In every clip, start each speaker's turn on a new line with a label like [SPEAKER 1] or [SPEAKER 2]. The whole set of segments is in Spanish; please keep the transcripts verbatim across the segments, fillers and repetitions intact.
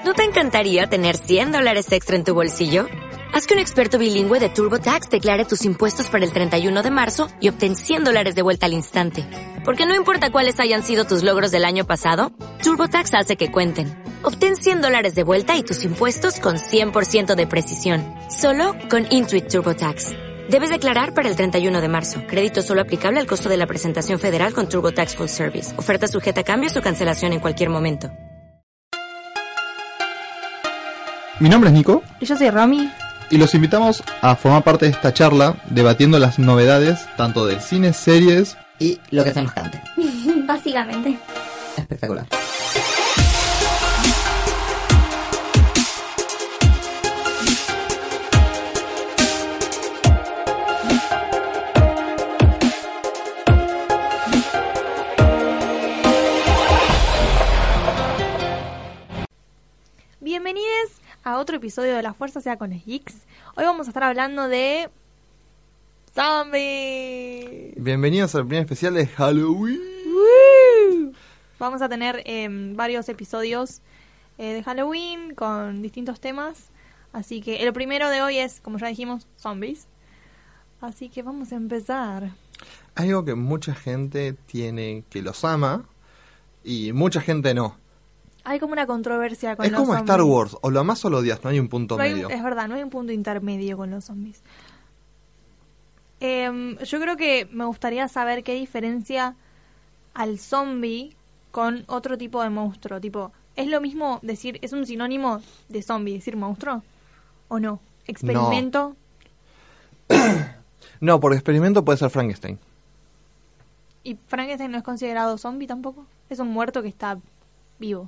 [SPEAKER 1] ¿No te encantaría tener cien dólares extra en tu bolsillo? Haz que un experto bilingüe de TurboTax declare tus impuestos para el treinta y uno de marzo y obtén cien dólares de vuelta al instante. Porque no importa cuáles hayan sido tus logros del año pasado, TurboTax hace que cuenten. Obtén cien dólares de vuelta y tus impuestos con cien por ciento de precisión. Solo con Intuit TurboTax. Debes declarar para el treinta y uno de marzo. Crédito solo aplicable al costo de la presentación federal con TurboTax Full Service. Oferta sujeta a cambios o cancelación en cualquier momento.
[SPEAKER 2] Mi nombre es Nico.
[SPEAKER 3] Y yo soy Romy.
[SPEAKER 2] Y los invitamos a formar parte de esta charla debatiendo las novedades tanto del cine, series
[SPEAKER 4] y lo que se nos cante.
[SPEAKER 5] Básicamente.
[SPEAKER 4] Espectacular.
[SPEAKER 3] Bienvenidos a otro episodio de La Fuerza Sea con los Geeks. Hoy vamos a estar hablando de zombies.
[SPEAKER 2] Bienvenidos al primer especial de Halloween.
[SPEAKER 3] ¡Woo! Vamos a tener eh, varios episodios eh, de Halloween con distintos temas. Así que el primero de hoy es, como ya dijimos, zombies. Así que vamos a empezar.
[SPEAKER 2] Hay algo que mucha gente tiene que los ama y mucha gente no.
[SPEAKER 3] Hay como una controversia con
[SPEAKER 2] es
[SPEAKER 3] los
[SPEAKER 2] como
[SPEAKER 3] zombies.
[SPEAKER 2] Star Wars, o lo amas o lo odias, no hay un punto
[SPEAKER 3] No hay-
[SPEAKER 2] medio.
[SPEAKER 3] es verdad, no hay un punto intermedio con los zombies. Eh, yo creo que me gustaría saber qué diferencia al zombie con otro tipo de monstruo. Tipo, ¿es lo mismo decir, es un sinónimo de zombie decir monstruo? ¿O no? ¿Experimento?
[SPEAKER 2] No, por experimento puede ser Frankenstein.
[SPEAKER 3] ¿Y Frankenstein no es considerado zombie tampoco? Es un muerto que está vivo.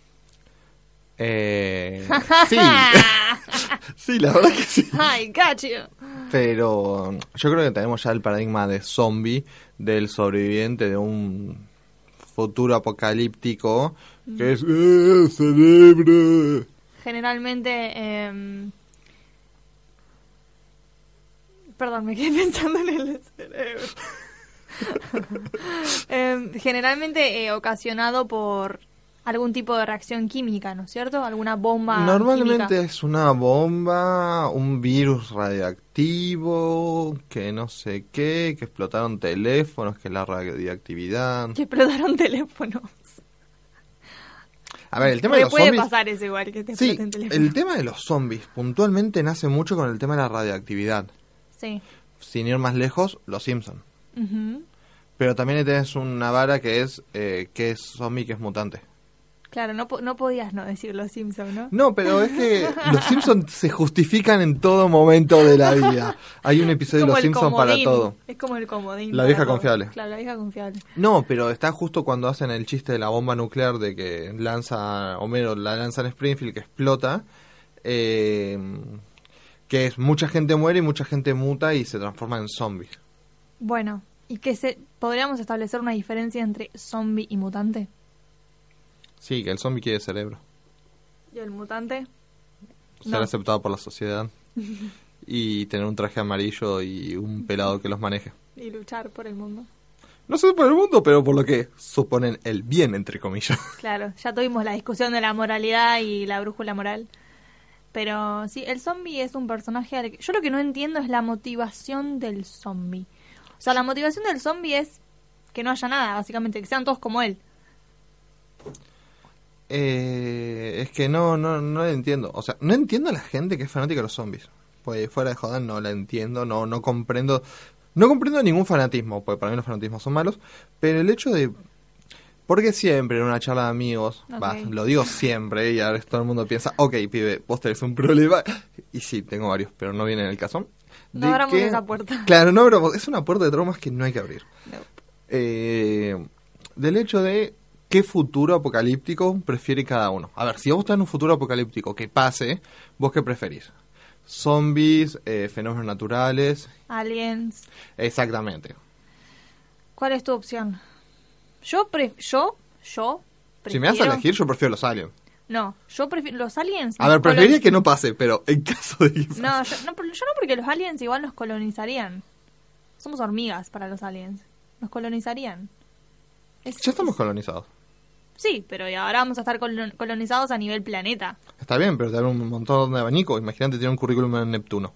[SPEAKER 2] Eh, sí, sí, la verdad que sí.
[SPEAKER 3] ¡Ay, cacho!
[SPEAKER 2] Pero yo creo que tenemos ya el paradigma de zombie, del sobreviviente de un futuro apocalíptico, que es ¡eh, cerebro!
[SPEAKER 3] Generalmente... Eh... Perdón, me quedé pensando en el cerebro. eh, generalmente eh, ocasionado por algún tipo de reacción química, ¿no es cierto? Alguna bomba
[SPEAKER 2] Normalmente
[SPEAKER 3] química.
[SPEAKER 2] es una bomba, un virus radiactivo, que no sé qué, que explotaron teléfonos, que es la radiactividad.
[SPEAKER 3] Que explotaron teléfonos.
[SPEAKER 2] A ver, el tema de
[SPEAKER 3] Porque
[SPEAKER 2] los
[SPEAKER 3] puede
[SPEAKER 2] zombies...
[SPEAKER 3] pasar eso igual, que te
[SPEAKER 2] Sí,
[SPEAKER 3] exploten teléfonos.
[SPEAKER 2] el tema de los zombies puntualmente nace mucho con el tema de la radiactividad.
[SPEAKER 3] Sí.
[SPEAKER 2] Sin ir más lejos, los Simpson.
[SPEAKER 3] Ujú.
[SPEAKER 2] Pero también tenés una vara que es eh, que es zombie, que es mutante.
[SPEAKER 3] Claro, no, po- no podías no decir los Simpsons, ¿no?
[SPEAKER 2] No, pero es que los Simpsons se justifican en todo momento de la vida. Hay un episodio de
[SPEAKER 3] Como
[SPEAKER 2] los
[SPEAKER 3] el
[SPEAKER 2] Simpsons para
[SPEAKER 3] comodín.
[SPEAKER 2] todo.
[SPEAKER 3] Es como el comodín.
[SPEAKER 2] La
[SPEAKER 3] para
[SPEAKER 2] vieja
[SPEAKER 3] todo.
[SPEAKER 2] confiable.
[SPEAKER 3] Claro, la vieja confiable.
[SPEAKER 2] No, pero está justo cuando hacen el chiste de la bomba nuclear de que lanza Homero, la lanza en Springfield, que explota, eh, que es mucha gente muere y mucha gente muta y se transforma en zombies.
[SPEAKER 3] Bueno, ¿y que se podríamos establecer una diferencia entre zombie y mutante?
[SPEAKER 2] Sí, que el zombie quiere cerebro.
[SPEAKER 3] ¿Y el mutante?
[SPEAKER 2] Ser
[SPEAKER 3] No.
[SPEAKER 2] aceptado por la sociedad y tener un traje amarillo y un pelado que los maneje.
[SPEAKER 3] Y luchar por el mundo.
[SPEAKER 2] No sé por el mundo, pero por lo que suponen el bien, entre comillas.
[SPEAKER 3] Claro, ya tuvimos la discusión de la moralidad y la brújula moral. Pero sí, el zombie es un personaje... al que- Yo lo que no entiendo es la motivación del zombie. O sea, la motivación del zombie es que no haya nada, básicamente, que sean todos como él.
[SPEAKER 2] Eh, es que no, no, no la entiendo. O sea, no entiendo a la gente que es fanática de los zombies. Pues fuera de joda no la entiendo, no, no comprendo... No comprendo ningún fanatismo, porque para mí los fanatismos son malos, pero el hecho de... Porque siempre en una charla de amigos,
[SPEAKER 3] Ok.
[SPEAKER 2] va, lo digo siempre, y ahora todo el mundo piensa, ok, pibe, vos tenés un problema, y sí, tengo varios, pero no viene en el caso.
[SPEAKER 3] No abramos esa puerta.
[SPEAKER 2] Claro, no abramos, es una puerta de traumas que no hay que abrir.
[SPEAKER 3] No.
[SPEAKER 2] Eh, del hecho de qué futuro apocalíptico prefiere cada uno. A ver, si vos estás en un futuro apocalíptico que pase, ¿vos qué preferís? Zombies, eh, fenómenos naturales.
[SPEAKER 3] Aliens.
[SPEAKER 2] Exactamente.
[SPEAKER 3] ¿Cuál es tu opción? Yo, pre yo, yo prefiero...
[SPEAKER 2] Si me das a elegir, yo prefiero los aliens.
[SPEAKER 3] No, yo prefiero... Los aliens...
[SPEAKER 2] A ver,
[SPEAKER 3] nos
[SPEAKER 2] preferiría
[SPEAKER 3] colon-
[SPEAKER 2] que no pase, pero en caso de que pase.
[SPEAKER 3] No yo, no, pero yo no, porque los aliens igual nos colonizarían. Somos hormigas para los aliens. Nos colonizarían. Es-
[SPEAKER 2] Ya estamos
[SPEAKER 3] es-
[SPEAKER 2] colonizados.
[SPEAKER 3] Sí, pero y ahora vamos a estar colon- colonizados a nivel planeta.
[SPEAKER 2] Está bien, pero te dan un montón de abanico. Imagínate tener un currículum en Neptuno.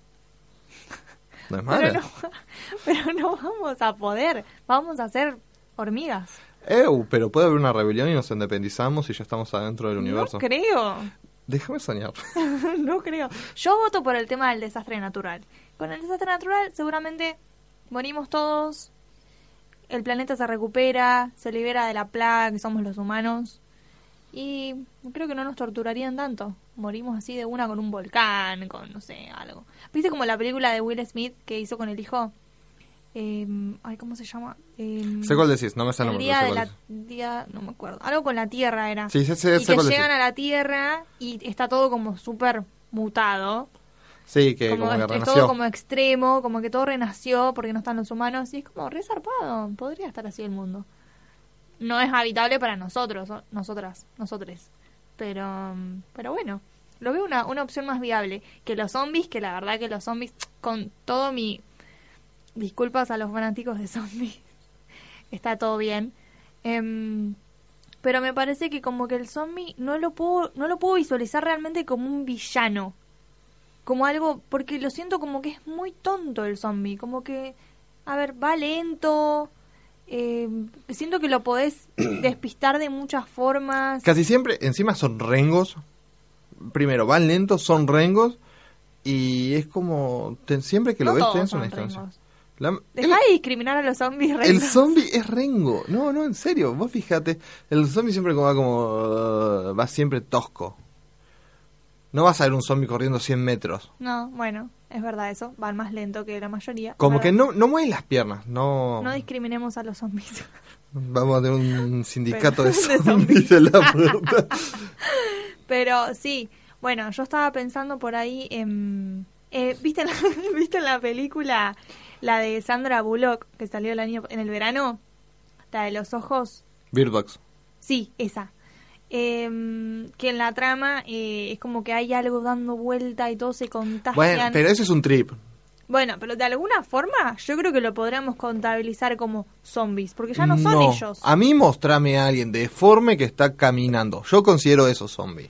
[SPEAKER 2] No es
[SPEAKER 3] Pero
[SPEAKER 2] mala.
[SPEAKER 3] no, pero no vamos a poder. Vamos a ser hormigas.
[SPEAKER 2] Eu, pero puede haber una rebelión y nos independizamos y ya estamos adentro del universo.
[SPEAKER 3] No creo.
[SPEAKER 2] Déjame soñar.
[SPEAKER 3] No creo. Yo voto por el tema del desastre natural. Con el desastre natural seguramente morimos todos, el planeta se recupera, se libera de la plaga que somos los humanos y creo que no nos torturarían tanto. Morimos así de una con un volcán, con no sé, algo. ¿Viste como la película de Will Smith que hizo con el hijo? Eh, ay, ¿cómo se llama? Eh,
[SPEAKER 2] Sé cuál decís, no me sale
[SPEAKER 3] el
[SPEAKER 2] el nombre.
[SPEAKER 3] día
[SPEAKER 2] sé
[SPEAKER 3] de
[SPEAKER 2] cuál
[SPEAKER 3] la
[SPEAKER 2] decís.
[SPEAKER 3] día, no me acuerdo. Algo con la tierra era.
[SPEAKER 2] Sí, sé, sé,
[SPEAKER 3] y
[SPEAKER 2] sé
[SPEAKER 3] que
[SPEAKER 2] cuál
[SPEAKER 3] llegan
[SPEAKER 2] decís.
[SPEAKER 3] a la tierra y está todo como súper mutado.
[SPEAKER 2] Sí, que
[SPEAKER 3] como
[SPEAKER 2] como, que
[SPEAKER 3] es, es
[SPEAKER 2] renació.
[SPEAKER 3] todo como extremo, como que todo renació porque no están los humanos y es como re zarpado. Podría estar así el mundo. No es habitable para nosotros, o- nosotras, nosotres. Pero, mm, pero bueno, lo veo una, una opción más viable que los zombies, que la verdad que los zombies, con todo mi disculpas a los fanáticos de zombies, está todo bien. Em, pero me parece que como que el zombie no lo puedo, no lo puedo visualizar realmente como un villano. Como algo, porque lo siento como que es muy tonto el zombie, como que, a ver, va lento, eh, siento que lo podés despistar de muchas formas.
[SPEAKER 2] Casi siempre, encima son rengos. Primero, van lentos, son rengos. Y es como. te- siempre que lo
[SPEAKER 3] No
[SPEAKER 2] ves,
[SPEAKER 3] todos
[SPEAKER 2] tenés
[SPEAKER 3] son
[SPEAKER 2] una distancia.
[SPEAKER 3] rengos.
[SPEAKER 2] La-
[SPEAKER 3] Dejá de discriminar a los zombies,
[SPEAKER 2] el, el
[SPEAKER 3] rengos.
[SPEAKER 2] zombie es rengo. No, no, en serio. Vos fíjate. El zombie siempre como va como. uh, va siempre tosco. No vas a ver un zombie corriendo cien metros.
[SPEAKER 3] No, bueno, es verdad eso, van más lento que la mayoría.
[SPEAKER 2] Como
[SPEAKER 3] ¿verdad?
[SPEAKER 2] que no, no mueven las piernas. No.
[SPEAKER 3] No discriminemos a los zombies.
[SPEAKER 2] Vamos a tener un sindicato
[SPEAKER 3] Pero-
[SPEAKER 2] de
[SPEAKER 3] de
[SPEAKER 2] zombies
[SPEAKER 3] zombies.
[SPEAKER 2] en la puerta.
[SPEAKER 3] Pero sí, bueno, yo estaba pensando por ahí en... eh, ¿viste, en la, ¿Viste en la película la de Sandra Bullock que salió el año en el verano? La de los ojos.
[SPEAKER 2] Bird Box.
[SPEAKER 3] Sí, esa. Eh, que en la trama eh, es como que hay algo dando vuelta y todos se contagian.
[SPEAKER 2] Bueno, pero ese es un trip.
[SPEAKER 3] Bueno, pero de alguna forma yo creo que lo podríamos contabilizar como zombies, porque ya no son ellos.
[SPEAKER 2] A mí mostrame a alguien deforme que está caminando. Yo considero eso zombie.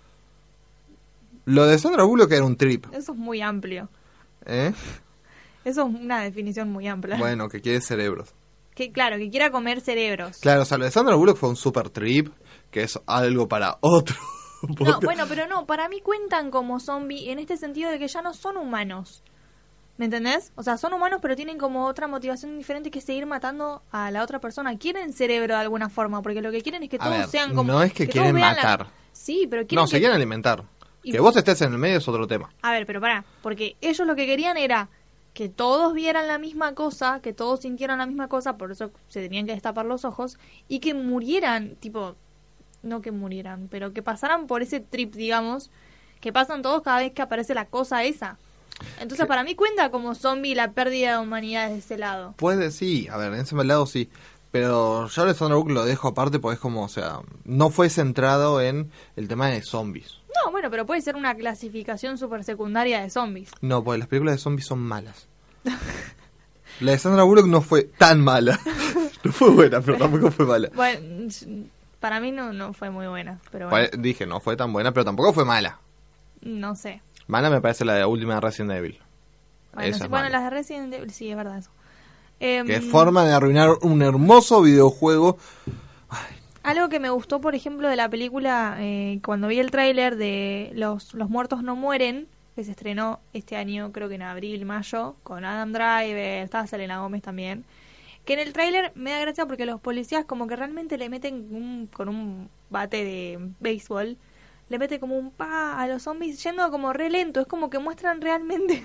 [SPEAKER 2] Lo de Sandra Bullock era un trip.
[SPEAKER 3] Eso es muy amplio.
[SPEAKER 2] ¿Eh?
[SPEAKER 3] Eso es una definición muy amplia.
[SPEAKER 2] Bueno, que quiere cerebros.
[SPEAKER 3] Que claro, que quiera comer cerebros.
[SPEAKER 2] Claro, o sea, lo de Sandra Bullock fue un super trip, que es algo para otro.
[SPEAKER 3] No,
[SPEAKER 2] podcast.
[SPEAKER 3] bueno, pero no, para mí cuentan como zombie en este sentido de que ya no son humanos. ¿Me entendés? O sea, son humanos pero tienen como otra motivación diferente que seguir matando a la otra persona. Quieren cerebro de alguna forma, porque lo que quieren es que
[SPEAKER 2] A
[SPEAKER 3] todos
[SPEAKER 2] ver,
[SPEAKER 3] sean como...
[SPEAKER 2] no es que
[SPEAKER 3] todos
[SPEAKER 2] quieren
[SPEAKER 3] vean la-
[SPEAKER 2] matar.
[SPEAKER 3] Sí, pero quieren
[SPEAKER 2] No, se
[SPEAKER 3] que-
[SPEAKER 2] quieren alimentar.
[SPEAKER 3] Y-
[SPEAKER 2] Que vos estés en el medio es otro tema.
[SPEAKER 3] A ver, pero pará, porque ellos lo que querían era que todos vieran la misma cosa, que todos sintieran la misma cosa, por eso se tenían que destapar los ojos, y que murieran, tipo, no que murieran, pero que pasaran por ese trip, digamos, que pasan todos cada vez que aparece la cosa esa. Entonces, para mí cuenta como zombie la pérdida de humanidad desde ese lado.
[SPEAKER 2] Puede, sí, a ver, en ese lado sí. Pero yo a Sandra Bullock lo dejo aparte porque es como, o sea, no fue centrado en el tema de zombies.
[SPEAKER 3] No, bueno, pero puede ser una clasificación super secundaria de zombies.
[SPEAKER 2] No, porque las películas de zombies son malas. La de Sandra Bullock no fue tan mala. No fue buena, pero tampoco fue mala.
[SPEAKER 3] Bueno, para mí no, no fue muy buena, pero bueno,
[SPEAKER 2] Fue- Dije, no fue tan buena, pero tampoco fue mala.
[SPEAKER 3] no sé.
[SPEAKER 2] Mala me parece la de la última de Resident Evil.
[SPEAKER 3] Bueno,
[SPEAKER 2] Esa
[SPEAKER 3] sí,
[SPEAKER 2] es
[SPEAKER 3] bueno,
[SPEAKER 2] mala.
[SPEAKER 3] las de Resident Evil, sí, es verdad eso. Em,
[SPEAKER 2] Qué forma de arruinar un hermoso videojuego.
[SPEAKER 3] Algo que me gustó, por ejemplo, de la película, eh, cuando vi el tráiler de los, los Muertos No Mueren, que se estrenó este año, creo que en abril, mayo, con Adam Driver, estaba Selena Gómez también, que en el tráiler me da gracia porque los policías como que realmente le meten un, con un bate de béisbol, le meten como un pa a los zombies yendo como re lento, es como que muestran realmente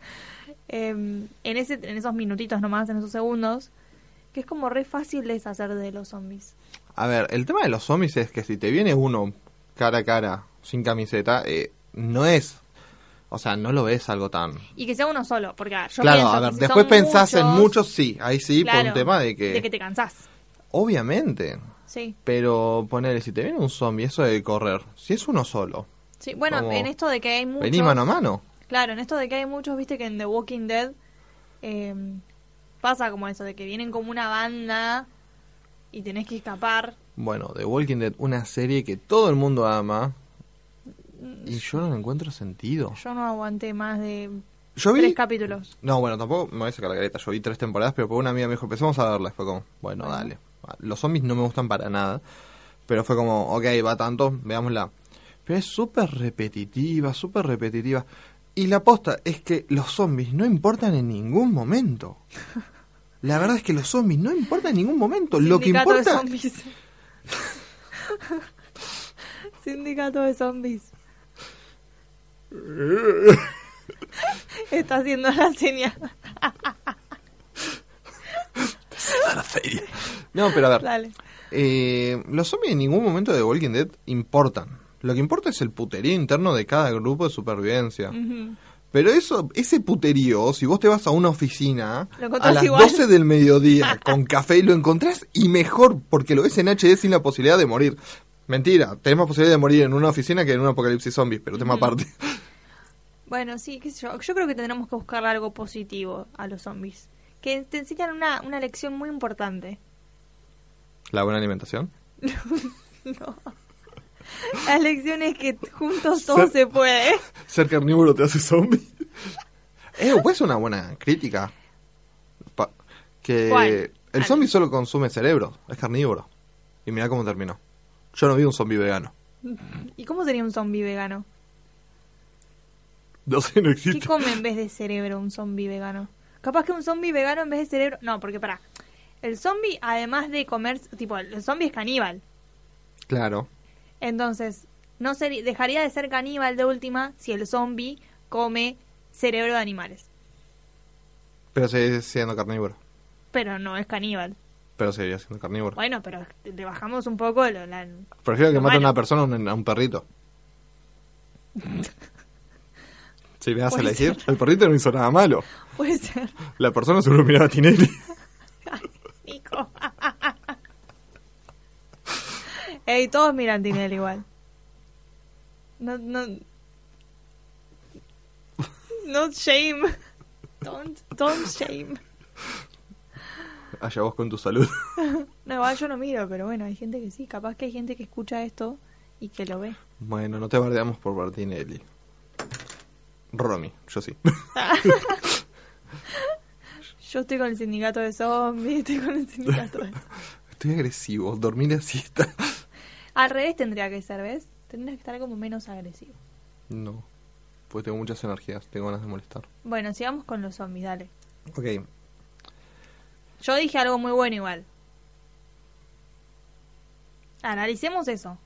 [SPEAKER 3] em, en, ese, en esos minutitos nomás, en esos segundos, que es como re fácil deshacer de los zombies.
[SPEAKER 2] A ver, el tema de los zombies es que si te viene uno cara a cara, sin camiseta, eh, no es... O sea, no lo ves algo tan...
[SPEAKER 3] Y que sea uno solo, porque ah, yo
[SPEAKER 2] Claro,
[SPEAKER 3] pienso
[SPEAKER 2] a
[SPEAKER 3] que
[SPEAKER 2] ver,
[SPEAKER 3] si
[SPEAKER 2] después
[SPEAKER 3] son
[SPEAKER 2] pensás en
[SPEAKER 3] muchos,
[SPEAKER 2] muchos, sí, ahí sí, por
[SPEAKER 3] claro,
[SPEAKER 2] un tema de que...
[SPEAKER 3] de que te cansás.
[SPEAKER 2] Obviamente,
[SPEAKER 3] Sí.
[SPEAKER 2] pero ponele, si te viene un zombie, eso de correr, si es uno solo,
[SPEAKER 3] Sí, bueno,
[SPEAKER 2] Como-
[SPEAKER 3] en esto de que hay muchos...
[SPEAKER 2] vení mano a mano.
[SPEAKER 3] Claro, en esto de que hay muchos, viste que en The Walking Dead eh, pasa como eso, de que vienen como una banda y tenés que escapar
[SPEAKER 2] Bueno, The Walking Dead, una serie que todo el mundo ama y yo no le encuentro sentido.
[SPEAKER 3] Yo no aguanté más de
[SPEAKER 2] Yo vi...
[SPEAKER 3] tres capítulos.
[SPEAKER 2] No, bueno, tampoco me voy a sacar la careta. Yo vi tres temporadas, pero por una amiga me dijo, empecemos a verla. Fue como, bueno,
[SPEAKER 3] Bueno.
[SPEAKER 2] dale. Los zombies no me gustan para nada, pero fue como, ok, va tanto, veámosla. Pero es súper repetitiva, súper repetitiva. Y la posta es que los zombies no importan en ningún momento. La verdad es que los zombies no importan en ningún momento. Lo que
[SPEAKER 3] Sindicato
[SPEAKER 2] importa...
[SPEAKER 3] de zombies. Sindicato de zombies. Está haciendo la señal.
[SPEAKER 2] No, pero a ver,
[SPEAKER 3] Dale.
[SPEAKER 2] eh, los zombies en ningún momento de The Walking Dead importan. Lo que importa es el puterío interno de cada grupo de supervivencia.
[SPEAKER 3] Ujú.
[SPEAKER 2] Pero eso, ese puterío, si vos te vas a una oficina
[SPEAKER 3] Lo encontrás
[SPEAKER 2] a las
[SPEAKER 3] igual.
[SPEAKER 2] doce del mediodía con café, lo encontrás y mejor, porque lo ves en H D sin la posibilidad de morir. Mentira, tenés más posibilidad de morir en una oficina que en un apocalipsis zombies, pero tema
[SPEAKER 3] Ujú.
[SPEAKER 2] aparte.
[SPEAKER 3] Bueno, sí, qué sé yo. Yo creo que tendremos que buscarle algo positivo a los zombies. Que te enseñan una, una lección muy importante.
[SPEAKER 2] ¿La buena alimentación?
[SPEAKER 3] No. La lección es que juntos todo
[SPEAKER 2] Ser-
[SPEAKER 3] se puede.
[SPEAKER 2] ¿Ser carnívoro te hace zombie? Eh, pues es una buena crítica. Pa- que
[SPEAKER 3] ¿Cuál?
[SPEAKER 2] el
[SPEAKER 3] Ah,
[SPEAKER 2] zombie solo consume cerebro, es carnívoro. Y mirá cómo terminó. Yo no vi un zombie vegano.
[SPEAKER 3] ¿Y cómo sería un zombie vegano?
[SPEAKER 2] No sé, no
[SPEAKER 3] ¿Qué
[SPEAKER 2] existe.
[SPEAKER 3] come en vez de cerebro un zombie vegano? Capaz que un zombie vegano en vez de cerebro... No, porque pará. El zombie, además de comer... Tipo, el zombie es caníbal.
[SPEAKER 2] Claro.
[SPEAKER 3] Entonces, no seri- dejaría de ser caníbal de última si el zombie come cerebro de animales.
[SPEAKER 2] Pero sigue siendo carnívoro.
[SPEAKER 3] Pero no es caníbal.
[SPEAKER 2] Pero seguiría siendo carnívoro.
[SPEAKER 3] Bueno, pero le bajamos un poco lo- la...
[SPEAKER 2] Prefiero que
[SPEAKER 3] lo
[SPEAKER 2] mate a
[SPEAKER 3] malo.
[SPEAKER 2] una persona a un, a un perrito. Si me das a
[SPEAKER 3] Puede
[SPEAKER 2] elegir,
[SPEAKER 3] ser.
[SPEAKER 2] el perrito no hizo nada malo.
[SPEAKER 3] Puede ser.
[SPEAKER 2] La persona seguro miraba a Tinelli.
[SPEAKER 3] Nico. Ey, todos miran Tinelli igual. No, no... No shame. Don't, don't shame.
[SPEAKER 2] Allá vos con tu salud.
[SPEAKER 3] No, igual yo no miro, pero bueno, hay gente que sí. Capaz que hay gente que escucha esto y que lo ve.
[SPEAKER 2] Bueno, no te bardeamos por ver Tinelli. Romy, yo sí.
[SPEAKER 3] Yo estoy con el sindicato de zombies, estoy con el sindicato de...
[SPEAKER 2] Estoy agresivo, dormir la siesta.
[SPEAKER 3] Al revés tendría que ser, ¿ves? Tendría que estar como menos agresivo.
[SPEAKER 2] No, pues tengo muchas energías, tengo ganas de molestar.
[SPEAKER 3] Bueno, sigamos con los zombies, dale.
[SPEAKER 2] Ok,
[SPEAKER 3] Yo dije algo muy bueno igual. Analicemos eso.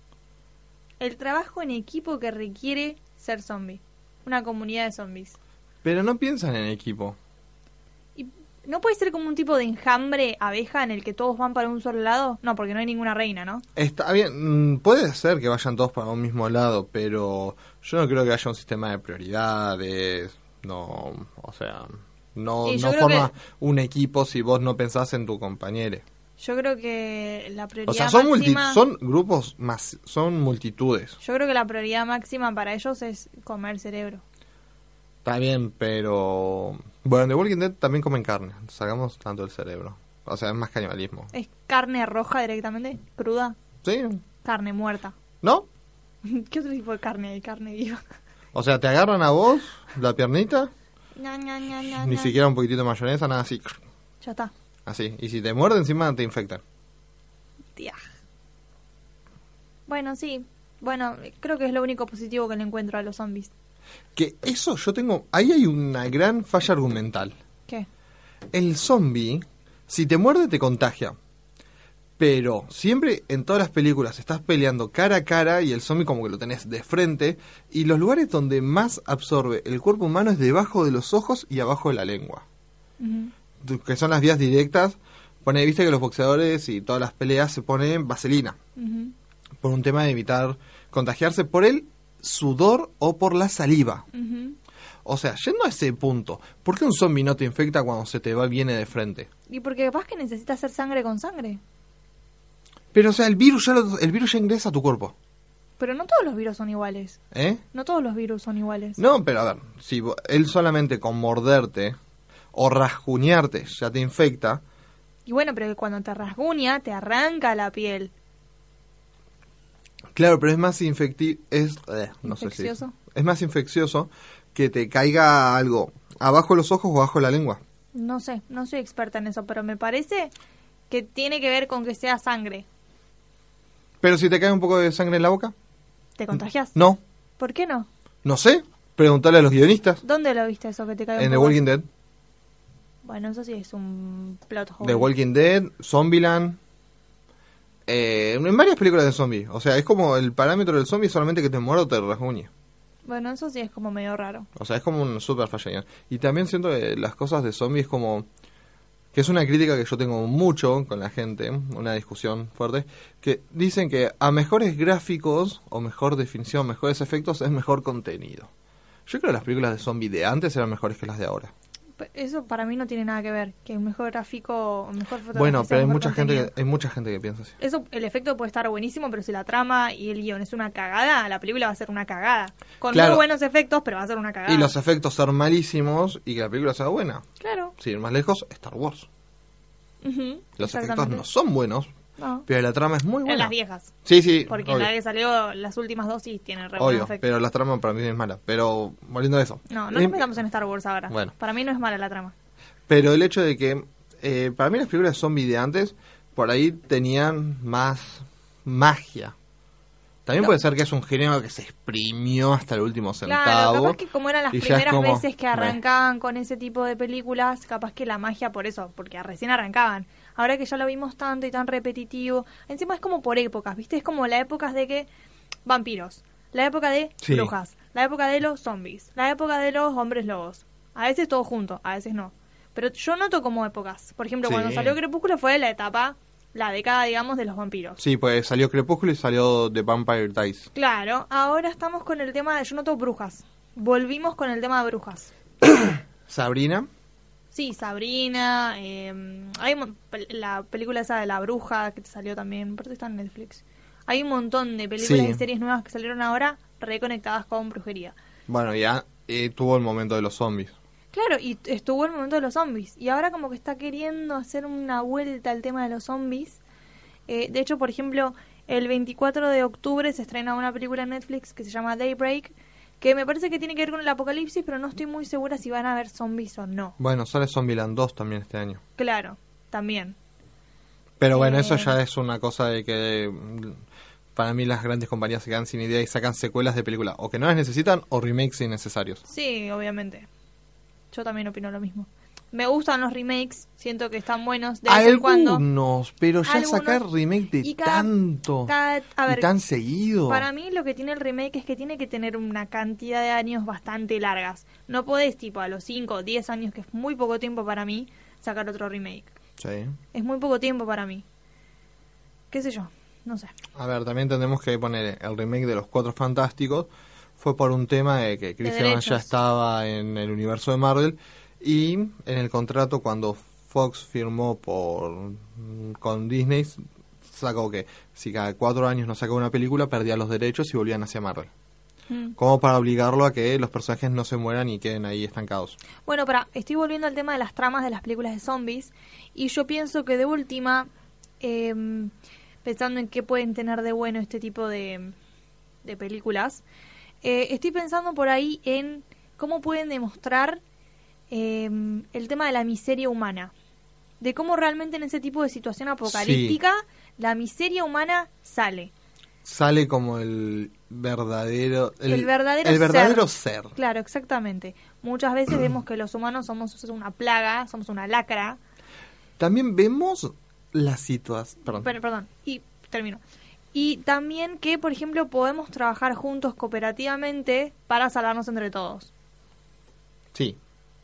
[SPEAKER 3] El trabajo en equipo que requiere ser zombie. Una comunidad de zombies.
[SPEAKER 2] pero no piensan en equipo.
[SPEAKER 3] ¿Y no puede ser como un tipo de enjambre abeja en el que todos van para un solo lado? No, porque no hay ninguna reina, ¿no?
[SPEAKER 2] Está bien, mm, puede ser que vayan todos para un mismo lado, pero yo no creo que haya un sistema de prioridades. No, o sea, no,
[SPEAKER 3] Y yo
[SPEAKER 2] no
[SPEAKER 3] creo
[SPEAKER 2] forma
[SPEAKER 3] que-
[SPEAKER 2] un equipo si vos no pensás en tu compañero.
[SPEAKER 3] Yo creo que la prioridad
[SPEAKER 2] O sea, son, multi-
[SPEAKER 3] máxima...
[SPEAKER 2] son grupos, más, son multitudes.
[SPEAKER 3] Yo creo que la prioridad máxima para ellos es comer cerebro.
[SPEAKER 2] Está bien, pero... Bueno, en The Walking Dead también comen carne, sacamos tanto el cerebro. O sea, es más canibalismo.
[SPEAKER 3] ¿Es carne roja directamente? ¿Cruda?
[SPEAKER 2] ¿Sí?
[SPEAKER 3] Carne muerta.
[SPEAKER 2] ¿No?
[SPEAKER 3] ¿Qué otro tipo de carne hay? Carne viva.
[SPEAKER 2] O sea, te agarran a vos, la piernita,
[SPEAKER 3] Ña, ña, ña, ña,
[SPEAKER 2] ni
[SPEAKER 3] ña.
[SPEAKER 2] siquiera un poquitito de mayonesa, nada así.
[SPEAKER 3] Ya está.
[SPEAKER 2] Así. Y si te muerde encima te infectan.
[SPEAKER 3] Tía. Bueno, sí. Bueno, creo que es lo único positivo que le encuentro a los zombies.
[SPEAKER 2] Que eso yo tengo... Ahí hay una gran falla argumental.
[SPEAKER 3] ¿Qué?
[SPEAKER 2] El zombie, si te muerde te contagia. Pero siempre en todas las películas estás peleando cara a cara y el zombie como que lo tenés de frente. Y los lugares donde más absorbe el cuerpo humano es debajo de los ojos y abajo de la lengua.
[SPEAKER 3] Ujú,
[SPEAKER 2] Que son las vías directas. Pone, viste que los boxeadores y todas las peleas se ponen vaselina.
[SPEAKER 3] ujú.
[SPEAKER 2] Por un tema de evitar contagiarse por el sudor o por la saliva.
[SPEAKER 3] Ujú.
[SPEAKER 2] O sea, yendo a ese punto, ¿por qué un zombie no te infecta cuando se te va viene de frente?
[SPEAKER 3] Y porque capaz que necesitas hacer sangre con sangre.
[SPEAKER 2] Pero, o sea, el virus ya, lo- el virus ya ingresa a tu cuerpo.
[SPEAKER 3] Pero no todos los virus son iguales.
[SPEAKER 2] ¿Eh?
[SPEAKER 3] No todos los virus son iguales.
[SPEAKER 2] No, pero a ver, si vo- él solamente con morderte o rasguñarte ya te infecta,
[SPEAKER 3] Y bueno, pero cuando te rasguña, te arranca la piel.
[SPEAKER 2] Claro, pero es más infecti es eh, no sé si
[SPEAKER 3] ¿Infeccioso?
[SPEAKER 2] es más infeccioso que te caiga algo abajo de los ojos o abajo de la lengua.
[SPEAKER 3] No sé, no soy experta en eso, pero me parece que tiene que ver con que sea sangre.
[SPEAKER 2] Pero si te cae un poco de sangre en la boca,
[SPEAKER 3] ¿Te contagias?
[SPEAKER 2] no,
[SPEAKER 3] ¿Por qué no?
[SPEAKER 2] no sé, preguntarle a los guionistas
[SPEAKER 3] ¿Dónde lo viste eso que te cae un
[SPEAKER 2] en The
[SPEAKER 3] poco?
[SPEAKER 2] Walking Dead,
[SPEAKER 3] Bueno, eso sí es un plot hole.
[SPEAKER 2] The Walking Dead, Zombieland, eh, en varias películas de zombies. O sea, es como el parámetro del zombie solamente que te muerde o te rasguñe.
[SPEAKER 3] Bueno, eso sí es como medio raro.
[SPEAKER 2] O sea, es como un super falla. Y también siento que las cosas de zombies como... que es una crítica que yo tengo mucho con la gente, una discusión fuerte, que dicen que a mejores gráficos, o mejor definición, mejores efectos, es mejor contenido. Yo creo que las películas de zombies de antes eran mejores que las de ahora.
[SPEAKER 3] Pe- Eso para mí no tiene nada que ver. Que un mejor gráfico, un mejor fotografía.
[SPEAKER 2] Bueno,
[SPEAKER 3] sea
[SPEAKER 2] pero hay
[SPEAKER 3] mejor
[SPEAKER 2] mucha gente
[SPEAKER 3] contenido.
[SPEAKER 2] que, hay mucha gente que piensa así.
[SPEAKER 3] Eso, el efecto puede estar buenísimo, pero si la trama y el guión es una cagada, la película va a ser una cagada. Con
[SPEAKER 2] Claro.
[SPEAKER 3] muy buenos efectos, pero va a ser una cagada.
[SPEAKER 2] Y los efectos son malísimos y que la película sea buena.
[SPEAKER 3] Claro.
[SPEAKER 2] Sin ir más lejos, Star Wars.
[SPEAKER 3] Ujú,
[SPEAKER 2] Los efectos
[SPEAKER 3] exactamente.
[SPEAKER 2] no son buenos,
[SPEAKER 3] No.
[SPEAKER 2] pero la trama es muy
[SPEAKER 3] En
[SPEAKER 2] buena.
[SPEAKER 3] las viejas.
[SPEAKER 2] Sí, sí,
[SPEAKER 3] Porque
[SPEAKER 2] obvio,
[SPEAKER 3] la que salió, las últimas dos sí tienen re buenos
[SPEAKER 2] obvio,
[SPEAKER 3] efectos.
[SPEAKER 2] pero la trama para mí es mala. Pero, volviendo a eso.
[SPEAKER 3] No, no
[SPEAKER 2] Eh,
[SPEAKER 3] nos metamos en Star Wars ahora.
[SPEAKER 2] Bueno.
[SPEAKER 3] Para mí no es mala la trama.
[SPEAKER 2] Pero el hecho de que, eh, para mí las películas zombie de antes, por ahí tenían más magia. También
[SPEAKER 3] No.
[SPEAKER 2] puede ser que es un género que se exprimió hasta el último centavo.
[SPEAKER 3] Claro, capaz que como eran las
[SPEAKER 2] y ya es
[SPEAKER 3] primeras
[SPEAKER 2] como,
[SPEAKER 3] veces que
[SPEAKER 2] meh.
[SPEAKER 3] arrancaban con ese tipo de películas, capaz que la magia por eso, porque recién arrancaban. Ahora que ya lo vimos tanto y tan repetitivo, encima es como por épocas, ¿viste? Es como la época de que vampiros, la época de
[SPEAKER 2] Sí.
[SPEAKER 3] brujas, la época de los zombies, la época de los hombres lobos. A veces todo junto, a veces no. Pero yo noto como épocas. Por ejemplo,
[SPEAKER 2] Sí.
[SPEAKER 3] cuando salió Crepúsculo fue la etapa, la década, digamos, de los vampiros.
[SPEAKER 2] Sí, pues salió Crepúsculo y salió The Vampire Diaries.
[SPEAKER 3] Claro, ahora estamos con el tema de, yo noto brujas. Volvimos con el tema de brujas.
[SPEAKER 2] Sabrina.
[SPEAKER 3] Sí, Sabrina, eh, hay mo- pel- la película esa de la bruja que salió también, aparte está en Netflix. Hay un montón de películas
[SPEAKER 2] Sí.
[SPEAKER 3] y series nuevas que salieron ahora reconectadas con brujería.
[SPEAKER 2] Bueno, ya eh, tuvo el momento de los zombies.
[SPEAKER 3] Claro, y t- estuvo el momento de los zombies. Y ahora como que está queriendo hacer una vuelta al tema de los zombies. Eh, de hecho, por ejemplo, el veinticuatro de octubre se estrena una película en Netflix que se llama Daybreak, que me parece que tiene que ver con el apocalipsis, pero no estoy muy segura si van a haber zombies o no.
[SPEAKER 2] Bueno, sale Zombieland dos también este año.
[SPEAKER 3] Claro, también.
[SPEAKER 2] Pero bueno,
[SPEAKER 3] Eh.
[SPEAKER 2] eso ya es una cosa de que mm, para mí las grandes compañías se quedan sin idea y sacan secuelas de película. O que no las necesitan o remakes innecesarios.
[SPEAKER 3] Sí, obviamente. Yo también opino lo mismo. Me gustan los remakes, siento que están buenos de vez en cuando.
[SPEAKER 2] Algunos, pero ya
[SPEAKER 3] Algunos.
[SPEAKER 2] sacar remake de
[SPEAKER 3] Y cada-
[SPEAKER 2] tanto
[SPEAKER 3] cada- a ver,
[SPEAKER 2] y tan seguido.
[SPEAKER 3] Para mí lo que tiene el remake es que tiene que tener una cantidad de años bastante largas. No podés, tipo, a los cinco o diez años, que es muy poco tiempo para mí, sacar otro remake.
[SPEAKER 2] Sí.
[SPEAKER 3] Es muy poco tiempo para mí. ¿Qué sé yo? No sé.
[SPEAKER 2] A ver, también tenemos que poner el remake de Los Cuatro Fantásticos. Fue por un tema de que Chris Evans
[SPEAKER 3] derechos.
[SPEAKER 2] ya estaba en el universo de Marvel. Y en el contrato, cuando Fox firmó por con Disney, sacó que si cada cuatro años no sacaba una película, perdía los derechos y volvían hacia Marvel.
[SPEAKER 3] Mm.
[SPEAKER 2] Como para obligarlo a que los personajes no se mueran y queden ahí estancados.
[SPEAKER 3] Bueno, para, estoy volviendo al tema de las tramas de las películas de zombies y yo pienso que de última, eh, pensando en qué pueden tener de bueno este tipo de, de películas, eh, estoy pensando por ahí en cómo pueden demostrar eh, el tema de la miseria humana, de cómo realmente en ese tipo de situación apocalíptica la miseria humana sale.
[SPEAKER 2] Sale como el verdadero
[SPEAKER 3] El verdadero
[SPEAKER 2] el verdadero
[SPEAKER 3] ser.
[SPEAKER 2] ser.
[SPEAKER 3] Claro, exactamente. Muchas veces vemos que los humanos somos una plaga, somos una lacra.
[SPEAKER 2] También vemos la situación. Perdón.
[SPEAKER 3] Pero, perdón, y termino. Y también que, por ejemplo, podemos trabajar juntos cooperativamente para salvarnos entre todos.
[SPEAKER 2] Sí.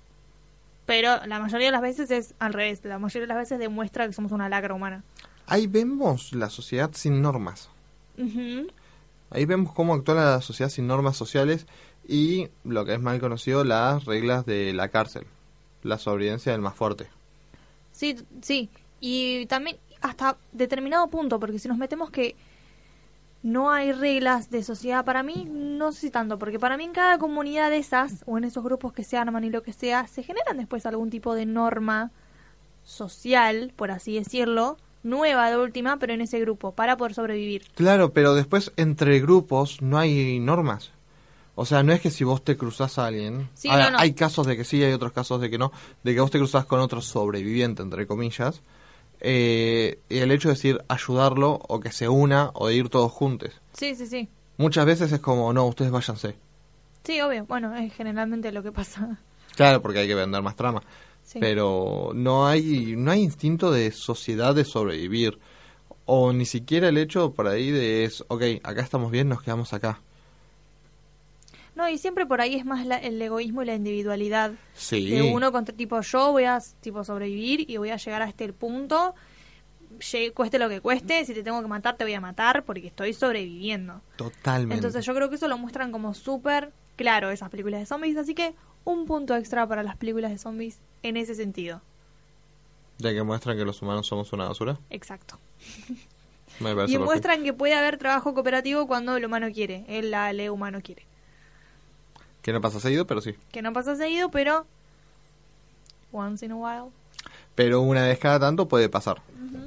[SPEAKER 3] Pero la mayoría de las veces es al revés. La mayoría de las veces demuestra que somos una lacra humana.
[SPEAKER 2] Ahí vemos la sociedad sin normas.
[SPEAKER 3] Ujú.
[SPEAKER 2] Ahí vemos cómo actúa la sociedad sin normas sociales y lo que es mal conocido, las reglas de la cárcel. La sobrevivencia del más fuerte.
[SPEAKER 3] Sí, sí. Y también hasta determinado punto, porque si nos metemos que no hay reglas de sociedad, para mí, no sé si tanto, porque para mí en cada comunidad de esas, o en esos grupos que se arman y lo que sea, se generan después algún tipo de norma social, por así decirlo, nueva de última, pero en ese grupo, para poder sobrevivir.
[SPEAKER 2] Claro, pero después entre grupos no hay normas. O sea, no es que si vos te cruzás a alguien...
[SPEAKER 3] Sí,
[SPEAKER 2] Ahora,
[SPEAKER 3] no, no.
[SPEAKER 2] hay casos de que sí, hay otros casos de que no. De que vos te cruzás con otro sobreviviente, entre comillas. Eh, y el hecho de decir ayudarlo, o que se una, o de ir todos juntos.
[SPEAKER 3] Sí, sí, sí.
[SPEAKER 2] Muchas veces es como, no, ustedes váyanse.
[SPEAKER 3] Sí, obvio. Bueno, es generalmente lo que pasa.
[SPEAKER 2] Claro, porque hay que vender más trama.
[SPEAKER 3] Sí.
[SPEAKER 2] Pero no hay no hay instinto de sociedad de sobrevivir. O ni siquiera el hecho por ahí de es, ok, acá estamos bien, nos quedamos acá.
[SPEAKER 3] No, y siempre por ahí es más la- el egoísmo y la individualidad.
[SPEAKER 2] Sí.
[SPEAKER 3] De uno contra, tipo, yo voy a tipo sobrevivir y voy a llegar a este punto, lle- cueste lo que cueste, si te tengo que matar te voy a matar porque estoy sobreviviendo.
[SPEAKER 2] Totalmente.
[SPEAKER 3] Entonces yo creo que eso lo muestran como súper claro esas películas de zombies, así que un punto extra para las películas de zombies en ese sentido.
[SPEAKER 2] Ya que muestran que los humanos somos una basura.
[SPEAKER 3] Exacto.
[SPEAKER 2] Me parece
[SPEAKER 3] Y
[SPEAKER 2] perfecto.
[SPEAKER 3] muestran que puede haber trabajo cooperativo cuando el humano quiere, el ale humano quiere.
[SPEAKER 2] Que no pasa seguido, pero sí.
[SPEAKER 3] Que no pasa seguido, pero once in a while.
[SPEAKER 2] Pero una vez cada tanto puede pasar.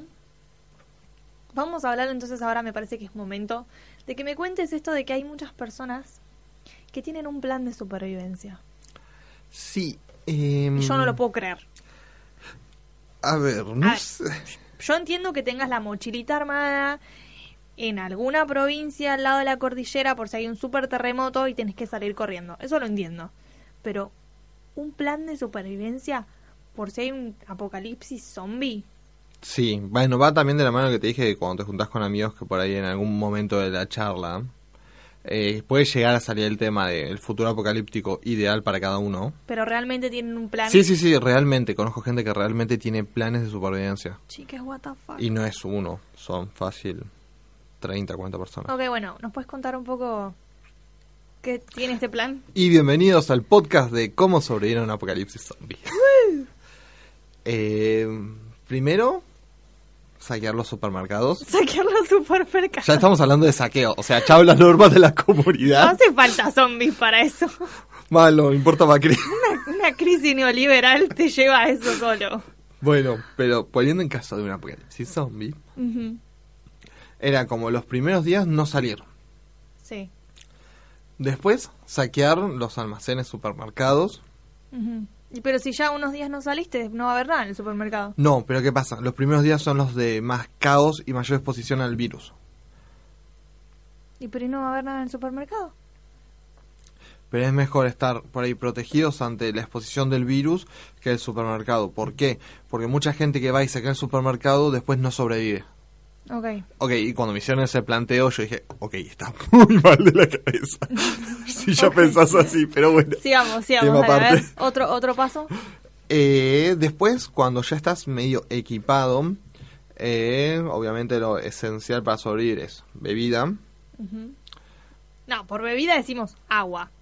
[SPEAKER 3] Vamos a hablar entonces ahora, me parece que es momento de que me cuentes esto de que hay muchas personas que tienen un plan de supervivencia.
[SPEAKER 2] Sí. Eh,
[SPEAKER 3] Y yo no lo puedo creer.
[SPEAKER 2] A ver, no
[SPEAKER 3] A ver.
[SPEAKER 2] sé.
[SPEAKER 3] Yo entiendo que tengas la mochilita armada en alguna provincia al lado de la cordillera por si hay un super terremoto y tenés que salir corriendo. Eso lo entiendo. Pero un plan de supervivencia por si hay un apocalipsis zombie.
[SPEAKER 2] Sí, bueno, va también de la mano que te dije que cuando te juntás con amigos que por ahí en algún momento de la charla eh, puede llegar a salir el tema del futuro apocalíptico ideal para cada uno.
[SPEAKER 3] Pero realmente tienen un plan.
[SPEAKER 2] Sí, sí, sí, realmente. Conozco gente que realmente tiene planes de supervivencia.
[SPEAKER 3] Chicas, what the fuck.
[SPEAKER 2] Y no es uno, son fácil treinta, cuarenta personas.
[SPEAKER 3] Ok, bueno, ¿nos puedes contar un poco qué tiene este plan?
[SPEAKER 2] Y bienvenidos al podcast de cómo sobrevivir a un apocalipsis zombie. eh, primero, saquear los supermercados.
[SPEAKER 3] Saquear los supermercados.
[SPEAKER 2] Ya estamos hablando de saqueo, o sea, chao las normas de la
[SPEAKER 3] No
[SPEAKER 2] comunidad.
[SPEAKER 3] hace falta zombies para eso.
[SPEAKER 2] Malo, me importa Macri.
[SPEAKER 3] Una, una crisis neoliberal te lleva a eso solo.
[SPEAKER 2] Bueno, pero poniendo en caso de un apocalipsis zombie,
[SPEAKER 3] Ujú.
[SPEAKER 2] era como los primeros días no salir.
[SPEAKER 3] Sí.
[SPEAKER 2] Después, saquear los almacenes, supermercados.
[SPEAKER 3] Ujú. Y pero si ya unos días no saliste, no va a haber nada en el supermercado.
[SPEAKER 2] No, pero ¿qué pasa? Los primeros días son los de más caos y mayor exposición al virus.
[SPEAKER 3] ¿Y pero ¿y no va a haber nada en el supermercado?
[SPEAKER 2] Pero es mejor estar por ahí protegidos ante la exposición del virus que el supermercado. ¿Por qué? Porque mucha gente que va y saca el supermercado después no sobrevive.
[SPEAKER 3] Ok.
[SPEAKER 2] Ok, y cuando me hicieron ese planteo yo dije, ok, está muy mal de la cabeza. Si ya
[SPEAKER 3] Ok.
[SPEAKER 2] pensás así, pero bueno.
[SPEAKER 3] Sigamos, sigamos.
[SPEAKER 2] Tema
[SPEAKER 3] Dale, a ver,
[SPEAKER 2] aparte.
[SPEAKER 3] otro, otro paso.
[SPEAKER 2] Eh, después, cuando ya estás medio equipado, eh, obviamente lo esencial para sobrevivir es bebida.
[SPEAKER 3] Ujú. No, por bebida decimos agua.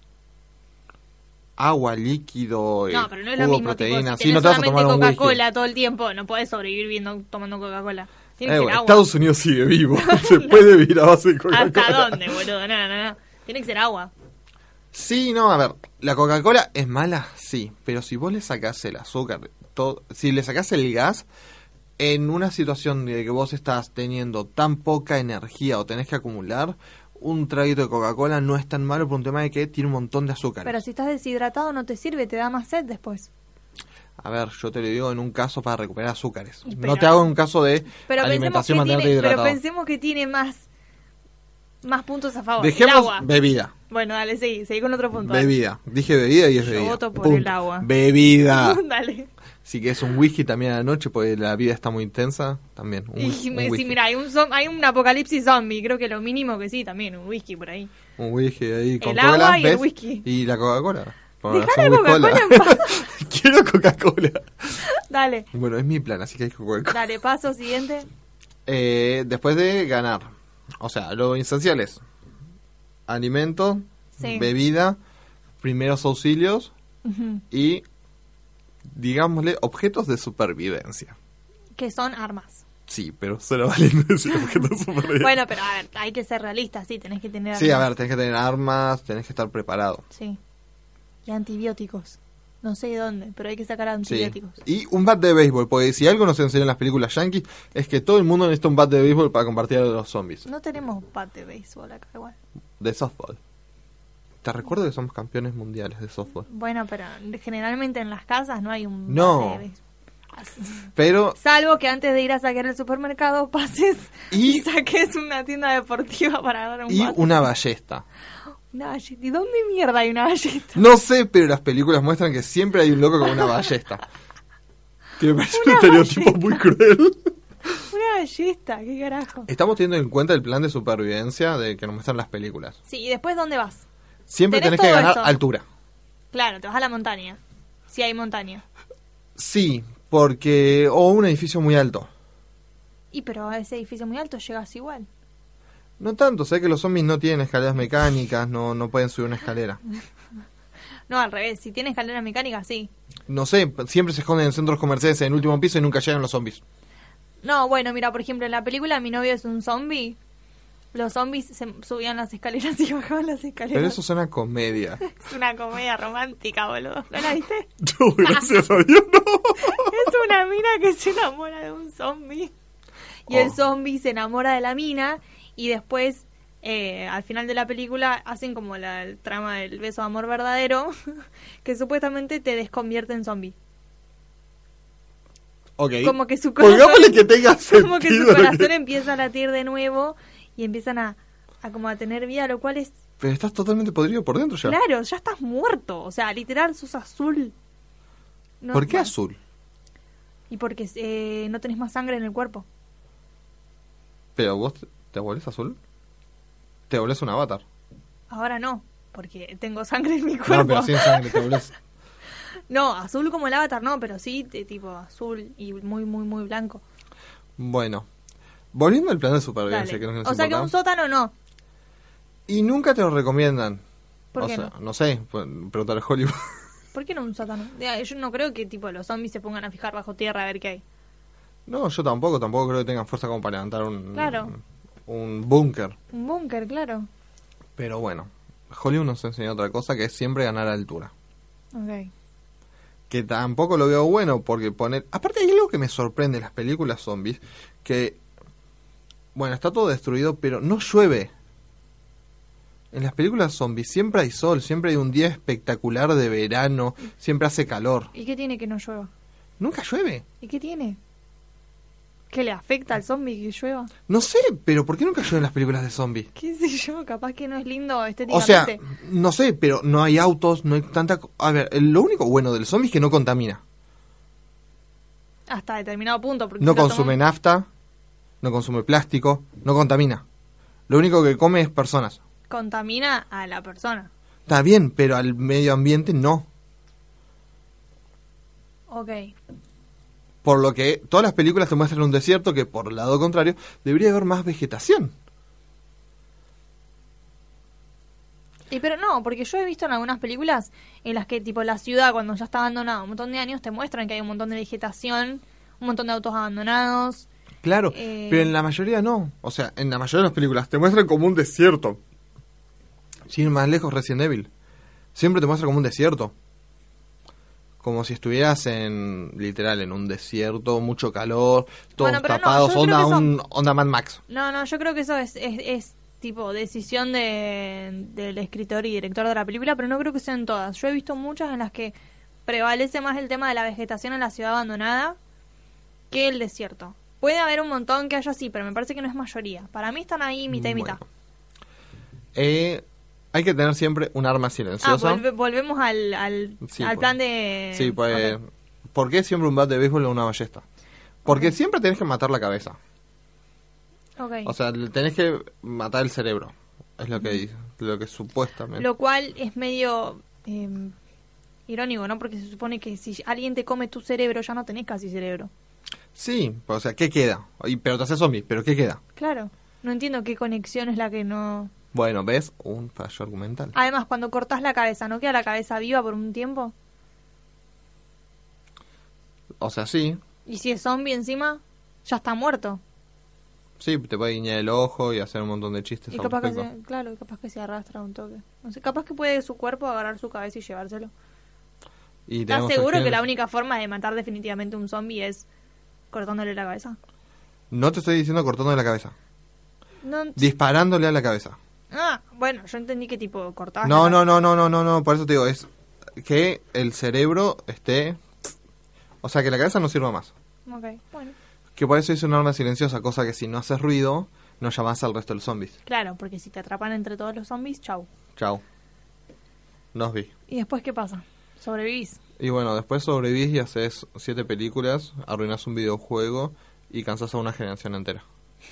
[SPEAKER 2] Agua, líquido, eh,
[SPEAKER 3] No, pero no es lo
[SPEAKER 2] jugo,
[SPEAKER 3] mismo. Tipo,
[SPEAKER 2] proteína.
[SPEAKER 3] si
[SPEAKER 2] Sí, no
[SPEAKER 3] tenés
[SPEAKER 2] te vas a
[SPEAKER 3] solamente
[SPEAKER 2] tomar un whisky.
[SPEAKER 3] Coca-Cola todo el tiempo, no podés sobrevivir viendo, tomando Coca-Cola. Tiene
[SPEAKER 2] Eh,
[SPEAKER 3] que ser
[SPEAKER 2] bueno,
[SPEAKER 3] agua.
[SPEAKER 2] Estados Unidos sigue vivo. Se puede vivir a base de Coca-Cola.
[SPEAKER 3] ¿Hasta dónde, boludo? No, no, no. Tiene que ser agua.
[SPEAKER 2] Sí, no, a ver, la Coca-Cola es mala, sí, pero si vos le sacás el azúcar, todo, si le sacás el gas, en una situación de que vos estás teniendo tan poca energía o tenés que acumular, un traguito de Coca-Cola no es tan malo por un tema de que tiene un montón de azúcar.
[SPEAKER 3] Pero si estás deshidratado no te sirve, te da más sed después.
[SPEAKER 2] A ver, yo te lo digo en un caso para recuperar azúcares.
[SPEAKER 3] Y
[SPEAKER 2] no
[SPEAKER 3] pero-
[SPEAKER 2] te hago en un caso de
[SPEAKER 3] Pero pensemos,
[SPEAKER 2] alimentación
[SPEAKER 3] que
[SPEAKER 2] mantenerte
[SPEAKER 3] tiene, pero
[SPEAKER 2] hidratado.
[SPEAKER 3] pensemos que tiene más más puntos a favor. El
[SPEAKER 2] Dejemos
[SPEAKER 3] agua.
[SPEAKER 2] bebida.
[SPEAKER 3] Bueno, dale, seguí, seguí con otro punto.
[SPEAKER 2] Bebida. Dije bebida y es
[SPEAKER 3] Yo
[SPEAKER 2] bebida.
[SPEAKER 3] voto por
[SPEAKER 2] Punto.
[SPEAKER 3] el agua.
[SPEAKER 2] Bebida.
[SPEAKER 3] Dale.
[SPEAKER 2] Si que es un whisky también a la noche, porque la vida está muy intensa, también. Un,
[SPEAKER 3] Y
[SPEAKER 2] whi- un
[SPEAKER 3] me-
[SPEAKER 2] whisky.
[SPEAKER 3] sí, mira, hay un, zom- hay un apocalipsis zombie, creo que lo mínimo que sí, también, un whisky por ahí.
[SPEAKER 2] Un whisky ahí con
[SPEAKER 3] El
[SPEAKER 2] cola,
[SPEAKER 3] agua y el
[SPEAKER 2] ¿ves?
[SPEAKER 3] whisky.
[SPEAKER 2] Y la Coca-Cola. Para
[SPEAKER 3] Dejá
[SPEAKER 2] hacer
[SPEAKER 3] la
[SPEAKER 2] whisky-cola.
[SPEAKER 3] Coca-Cola en paz.
[SPEAKER 2] Quiero Coca-Cola.
[SPEAKER 3] Dale,
[SPEAKER 2] Bueno, es mi plan, así que hay Coca-Cola.
[SPEAKER 3] dale, paso siguiente.
[SPEAKER 2] Eh, después de ganar, o sea, lo esencial es alimento,
[SPEAKER 3] Sí.
[SPEAKER 2] bebida, primeros auxilios
[SPEAKER 3] Ujú.
[SPEAKER 2] y, digámosle, objetos de supervivencia.
[SPEAKER 3] Que son armas.
[SPEAKER 2] Sí, pero suena valiendo decir objetos de supervivencia.
[SPEAKER 3] Bueno, pero a ver, hay que ser realistas, sí, tenés que tener
[SPEAKER 2] Sí, a
[SPEAKER 3] armas.
[SPEAKER 2] ver, tenés que tener armas, tenés que estar preparado.
[SPEAKER 3] Sí. Y antibióticos. No sé dónde, pero hay que sacar
[SPEAKER 2] Sí.
[SPEAKER 3] antibióticos.
[SPEAKER 2] Y un bat de béisbol, porque si algo nos enseñan las películas yankees es que todo el mundo necesita un bat de béisbol para compartir a los zombies.
[SPEAKER 3] No tenemos bat de béisbol acá igual.
[SPEAKER 2] De softball. Te recuerdo que somos campeones mundiales de softball.
[SPEAKER 3] Bueno, pero generalmente en las casas no hay un
[SPEAKER 2] No.
[SPEAKER 3] bate de béisbol. Así.
[SPEAKER 2] Pero,
[SPEAKER 3] Salvo que antes de ir a saquear el supermercado pases y,
[SPEAKER 2] Y-
[SPEAKER 3] saques una tienda deportiva para dar un
[SPEAKER 2] y
[SPEAKER 3] bate.
[SPEAKER 2] una ballesta.
[SPEAKER 3] Una ballesta. ¿Y dónde mierda hay una ballesta?
[SPEAKER 2] No sé, pero las películas muestran que siempre hay un loco con una ballesta. Que me parece un
[SPEAKER 3] Una
[SPEAKER 2] estereotipo
[SPEAKER 3] ballesta.
[SPEAKER 2] muy cruel.
[SPEAKER 3] Una ballesta, qué carajo.
[SPEAKER 2] Estamos teniendo en cuenta el plan de supervivencia de que nos muestran las películas.
[SPEAKER 3] Sí, ¿y después dónde vas?
[SPEAKER 2] Siempre
[SPEAKER 3] ¿Tenés
[SPEAKER 2] tenés que
[SPEAKER 3] todo
[SPEAKER 2] ganar
[SPEAKER 3] eso?
[SPEAKER 2] altura.
[SPEAKER 3] Claro, te vas a la montaña. Si hay montaña.
[SPEAKER 2] Sí, porque... O un edificio muy alto.
[SPEAKER 3] Y pero a ese edificio muy alto llegas igual.
[SPEAKER 2] No tanto, sé que los zombies no tienen escaleras mecánicas, no, no pueden subir una escalera.
[SPEAKER 3] No, al revés. Si tienes escalera mecánica, sí.
[SPEAKER 2] No sé, siempre se esconden en centros comerciales en el último piso y nunca llegan los zombies.
[SPEAKER 3] No, bueno, mira, por ejemplo, en la película Mi novio es un zombie. Los zombies se subían las escaleras y bajaban las escaleras.
[SPEAKER 2] Pero eso es una comedia.
[SPEAKER 3] Es una comedia romántica, boludo. ¿No la viste?
[SPEAKER 2] No, gracias a Dios, no.
[SPEAKER 3] Es una mina que se enamora de un zombie. Y el
[SPEAKER 2] Oh.
[SPEAKER 3] zombie se enamora de la mina. Y después, eh, al final de la película, hacen como la el trama del beso de amor verdadero. Que supuestamente te desconvierte en zombie.
[SPEAKER 2] Ok.
[SPEAKER 3] Como que su corazón,
[SPEAKER 2] Pongámosle que tenga sentido.
[SPEAKER 3] como que su
[SPEAKER 2] lo que-
[SPEAKER 3] corazón empieza a latir de nuevo. Y empiezan a, a como a tener vida, lo cual es...
[SPEAKER 2] Pero estás totalmente podrido por dentro ya.
[SPEAKER 3] Claro, ya estás muerto. O sea, literal, sos azul. No,
[SPEAKER 2] ¿Por qué
[SPEAKER 3] bueno,
[SPEAKER 2] azul?
[SPEAKER 3] Y porque eh, no tenés más sangre en el cuerpo.
[SPEAKER 2] ¿Pero vos te- te volvés azul? ¿Te volvés un avatar?
[SPEAKER 3] Ahora no, porque tengo sangre en mi cuerpo.
[SPEAKER 2] No, pero sin sangre, te volvés...
[SPEAKER 3] No, azul como el avatar no, pero sí, de tipo azul y muy, muy, muy blanco.
[SPEAKER 2] Bueno, volviendo al plan de supervivencia,
[SPEAKER 3] Dale.
[SPEAKER 2] que no nos
[SPEAKER 3] O sea que
[SPEAKER 2] importa.
[SPEAKER 3] un sótano no.
[SPEAKER 2] Y nunca te lo recomiendan.
[SPEAKER 3] ¿Por
[SPEAKER 2] o
[SPEAKER 3] qué
[SPEAKER 2] sea,
[SPEAKER 3] no?
[SPEAKER 2] no sé, pues, preguntar a Hollywood.
[SPEAKER 3] ¿Por qué no un sótano? Ya, yo no creo que tipo los zombies se pongan a fijar bajo tierra a ver qué hay.
[SPEAKER 2] No, yo tampoco, tampoco creo que tengan fuerza como para levantar un,
[SPEAKER 3] Claro.
[SPEAKER 2] un búnker.
[SPEAKER 3] Un búnker, claro.
[SPEAKER 2] Pero bueno, Hollywood nos enseñó otra cosa, que es siempre ganar altura.
[SPEAKER 3] Ok.
[SPEAKER 2] Que tampoco lo veo bueno, porque poner... Aparte hay algo que me sorprende en las películas zombies, que... Bueno, está todo destruido, pero no llueve. En las películas zombies siempre hay sol, siempre hay un día espectacular de verano, siempre hace calor.
[SPEAKER 3] ¿Y qué tiene que no llueva?
[SPEAKER 2] Nunca llueve.
[SPEAKER 3] ¿Y qué tiene? ¿Qué le afecta al zombie que llueva?
[SPEAKER 2] No sé, pero ¿por qué nunca llueve en las películas de zombies?
[SPEAKER 3] ¿Qué sé yo? Capaz que no es lindo
[SPEAKER 2] O
[SPEAKER 3] estéticamente.
[SPEAKER 2] sea, no sé, pero no hay autos, no hay tanta... co- A ver, el- lo único bueno del zombie es que no contamina.
[SPEAKER 3] Hasta determinado punto. Porque
[SPEAKER 2] No
[SPEAKER 3] si lo
[SPEAKER 2] consume
[SPEAKER 3] toman-
[SPEAKER 2] nafta, no consume plástico, no contamina. Lo único que come es personas.
[SPEAKER 3] Contamina a la persona.
[SPEAKER 2] Está bien, pero al medio ambiente no.
[SPEAKER 3] Ok.
[SPEAKER 2] Por lo que todas las películas te muestran un desierto que, por el lado contrario, debería haber más vegetación.
[SPEAKER 3] Y pero no, porque yo he visto en algunas películas en las que tipo la ciudad cuando ya está abandonada un montón de años te muestran que hay un montón de vegetación, un montón de autos abandonados.
[SPEAKER 2] Claro,
[SPEAKER 3] Eh.
[SPEAKER 2] pero en la mayoría no. O sea, en la mayoría de las películas te muestran como un desierto. Sin ir más lejos, Resident Evil. Siempre te muestra como un desierto. Como si estuvieras en, literal, en un desierto, mucho calor, todos
[SPEAKER 3] Bueno, pero no,
[SPEAKER 2] tapados,
[SPEAKER 3] yo creo
[SPEAKER 2] onda,
[SPEAKER 3] que eso-
[SPEAKER 2] un, onda Mad Max.
[SPEAKER 3] No, no, yo creo que eso es, es, es tipo decisión de, del escritor y director de la película, pero no creo que sean todas. Yo he visto muchas en las que prevalece más el tema de la vegetación en la ciudad abandonada que el desierto. Puede haber un montón que haya así, pero me parece que no es mayoría. Para mí están ahí mitad y mitad.
[SPEAKER 2] Bueno. Eh, hay que tener siempre un arma
[SPEAKER 3] Ah,
[SPEAKER 2] silenciosa.
[SPEAKER 3] volve- volvemos al, al,
[SPEAKER 2] Sí,
[SPEAKER 3] al
[SPEAKER 2] pues.
[SPEAKER 3] plan de...
[SPEAKER 2] Sí, pues...
[SPEAKER 3] Ok.
[SPEAKER 2] ¿Por qué siempre un bat de béisbol o una ballesta? Porque
[SPEAKER 3] Ok.
[SPEAKER 2] siempre tenés que matar la cabeza.
[SPEAKER 3] Ok.
[SPEAKER 2] O sea, le tenés que matar el cerebro. Es lo que dice, lo que supuestamente.
[SPEAKER 3] Lo cual es medio eh, irónico, ¿no? Porque se supone que si alguien te come tu cerebro, ya no tenés casi cerebro.
[SPEAKER 2] Sí, pues, o sea, ¿qué queda? Y, pero te haces zombie, ¿pero qué queda?
[SPEAKER 3] Claro. No entiendo qué conexión es la que no...
[SPEAKER 2] Bueno, ¿ves? Un fallo argumental.
[SPEAKER 3] Además, cuando cortás la cabeza, ¿no queda la cabeza viva por un tiempo?
[SPEAKER 2] O sea, sí.
[SPEAKER 3] Y si es zombie encima, ya está muerto.
[SPEAKER 2] Sí, te puede guiñar el ojo y hacer un montón de chistes
[SPEAKER 3] Y
[SPEAKER 2] al
[SPEAKER 3] capaz que
[SPEAKER 2] respecto.
[SPEAKER 3] se, claro, capaz que se arrastra un toque. No sé, capaz que puede su cuerpo agarrar su cabeza y llevárselo.
[SPEAKER 2] Y
[SPEAKER 3] ¿Estás
[SPEAKER 2] tenemos
[SPEAKER 3] seguro que
[SPEAKER 2] acciones-
[SPEAKER 3] la única forma de matar definitivamente un zombie es cortándole la cabeza?
[SPEAKER 2] No te estoy diciendo cortándole la cabeza.
[SPEAKER 3] No.
[SPEAKER 2] Disparándole a la cabeza.
[SPEAKER 3] Ah, bueno, yo entendí que tipo cortabas
[SPEAKER 2] No,
[SPEAKER 3] la
[SPEAKER 2] no, no, no, no, no, no, por eso te digo, es que el cerebro esté... O sea, que la cabeza no sirva más.
[SPEAKER 3] Ok, bueno.
[SPEAKER 2] Que por eso es un arma silenciosa, cosa que si no haces ruido, no llamas al resto de los zombies.
[SPEAKER 3] Claro, porque si te atrapan entre todos los zombies, chau.
[SPEAKER 2] Chao. Nos vi.
[SPEAKER 3] ¿Y después qué pasa? ¿Sobrevivís?
[SPEAKER 2] Y bueno, después sobrevivís y haces siete películas, arruinas un videojuego y cansas a una generación entera.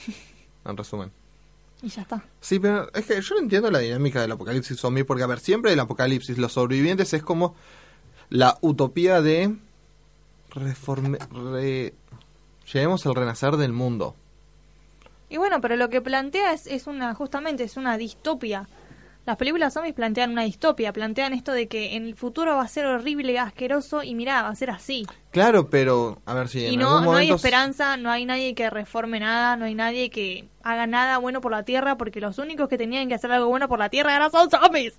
[SPEAKER 2] En resumen.
[SPEAKER 3] Y ya está.
[SPEAKER 2] Sí, pero es que yo no entiendo la dinámica del apocalipsis zombie, porque a ver, siempre el apocalipsis, los sobrevivientes es como la utopía de reforme, re, llevemos el renacer del mundo.
[SPEAKER 3] Y bueno, pero lo que plantea es, es una, justamente, es una distopia. Las películas zombies plantean una distopia, plantean esto de que en el futuro va a ser horrible, asqueroso, y mirá, va a ser así.
[SPEAKER 2] Claro, pero a ver si
[SPEAKER 3] Y
[SPEAKER 2] en
[SPEAKER 3] no,
[SPEAKER 2] algún
[SPEAKER 3] no hay
[SPEAKER 2] momento...
[SPEAKER 3] esperanza, no hay nadie que reforme nada, no hay nadie que haga nada bueno por la Tierra, porque los únicos que tenían que hacer algo bueno por la Tierra ahora son zombies.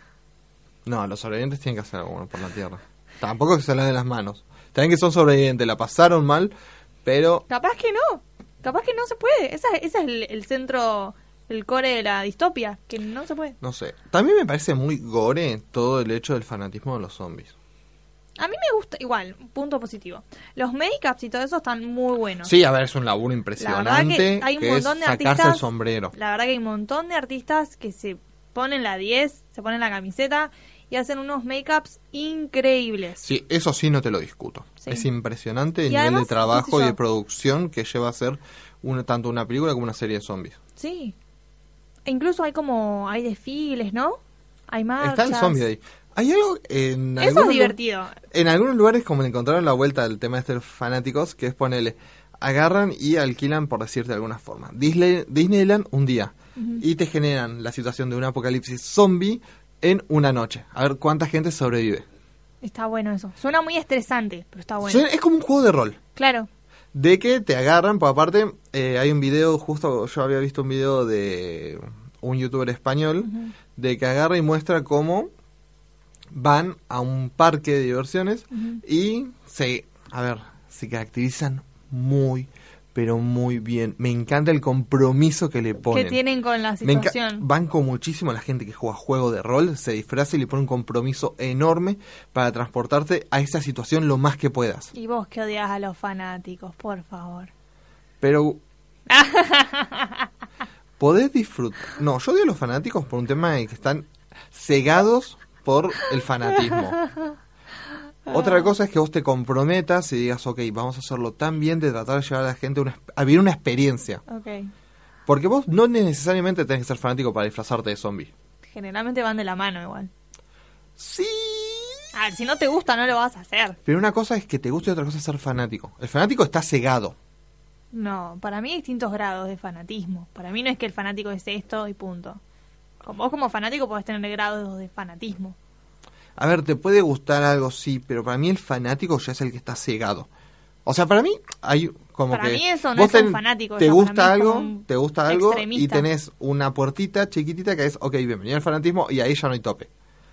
[SPEAKER 2] No, los sobrevivientes tienen que hacer algo bueno por la tierra. Tampoco que se les de las manos. También que son sobrevivientes, la pasaron mal, pero...
[SPEAKER 3] Capaz que no, capaz que no se puede. Ese es el, el centro, el core de la distopia, que no se puede.
[SPEAKER 2] No sé. También me parece muy gore todo el hecho del fanatismo de los zombies.
[SPEAKER 3] A mí me gusta, igual, punto positivo. Los make-ups y todo eso están muy buenos.
[SPEAKER 2] Sí, a ver, es un laburo
[SPEAKER 3] La
[SPEAKER 2] impresionante.
[SPEAKER 3] verdad que hay un
[SPEAKER 2] que es
[SPEAKER 3] montón de
[SPEAKER 2] sacarse
[SPEAKER 3] artistas.
[SPEAKER 2] el sombrero.
[SPEAKER 3] La verdad que hay un montón de artistas que se ponen la diez, se ponen la camiseta y hacen unos make-ups increíbles.
[SPEAKER 2] Sí, eso sí no te lo discuto.
[SPEAKER 3] Sí.
[SPEAKER 2] Es impresionante el
[SPEAKER 3] Y
[SPEAKER 2] nivel
[SPEAKER 3] además,
[SPEAKER 2] de trabajo
[SPEAKER 3] qué sé
[SPEAKER 2] y
[SPEAKER 3] yo.
[SPEAKER 2] de producción que lleva a hacer una, tanto una película como una serie de zombies.
[SPEAKER 3] Sí. E incluso hay como, hay desfiles, ¿no? Hay marchas.
[SPEAKER 2] Está el zombie ahí. Hay algo en
[SPEAKER 3] Eso es
[SPEAKER 2] algunos lu-
[SPEAKER 3] divertido.
[SPEAKER 2] En algunos lugares como le encontraron la vuelta al tema este de los fanáticos, que es ponerle, agarran y alquilan, por decirte de alguna forma, Disney, Disneyland un día.
[SPEAKER 3] Ujú.
[SPEAKER 2] Y te generan la situación de un apocalipsis zombie en una noche. A ver cuánta gente sobrevive.
[SPEAKER 3] Está bueno eso. Suena muy estresante, pero está bueno.
[SPEAKER 2] Suena- Es como un juego de rol.
[SPEAKER 3] Claro.
[SPEAKER 2] De que te agarran, por aparte, eh, hay un video, justo yo había visto un video de un youtuber español,
[SPEAKER 3] Ujú.
[SPEAKER 2] de que agarra y muestra cómo van a un parque de diversiones
[SPEAKER 3] Ujú.
[SPEAKER 2] y se, a ver, se caracterizan muy, pero muy bien. Me encanta el compromiso que le ponen.
[SPEAKER 3] Que tienen con la
[SPEAKER 2] Me enca-
[SPEAKER 3] situación.
[SPEAKER 2] Banco muchísimo a la gente que juega juego de rol, se disfraza y le pone un compromiso enorme para transportarte a esa situación lo más que puedas.
[SPEAKER 3] Y vos que odias a los fanáticos, por favor.
[SPEAKER 2] Pero podés disfrutar. No, yo odio a los fanáticos por un tema de que están cegados por el fanatismo. Otra cosa es que vos te comprometas y digas, ok, vamos a hacerlo tan bien de tratar de llevar a la gente una, a vivir una experiencia.
[SPEAKER 3] Ok.
[SPEAKER 2] Porque vos no necesariamente tenés que ser fanático para disfrazarte de zombie.
[SPEAKER 3] Generalmente van de la mano igual.
[SPEAKER 2] Sí.
[SPEAKER 3] A ver, si no te gusta, no lo vas a hacer.
[SPEAKER 2] Pero una cosa es que te guste y otra cosa es ser fanático. El fanático está cegado.
[SPEAKER 3] No, para mí hay distintos grados de fanatismo. Para mí no es que el fanático es esto y punto. Como vos como fanático podés tener grados de fanatismo.
[SPEAKER 2] A ver, te puede gustar algo, sí, pero para mí el fanático ya es el que está cegado. O sea, para mí hay como
[SPEAKER 3] Para
[SPEAKER 2] que...
[SPEAKER 3] mí eso no
[SPEAKER 2] vos
[SPEAKER 3] es un
[SPEAKER 2] ten-
[SPEAKER 3] fanático,
[SPEAKER 2] Te
[SPEAKER 3] eso para
[SPEAKER 2] gusta
[SPEAKER 3] mí es
[SPEAKER 2] algo,
[SPEAKER 3] como un
[SPEAKER 2] te gusta algo y
[SPEAKER 3] extremista.
[SPEAKER 2] tenés una puertita chiquitita que es, ok, bienvenido al fanatismo y ahí ya no hay tope.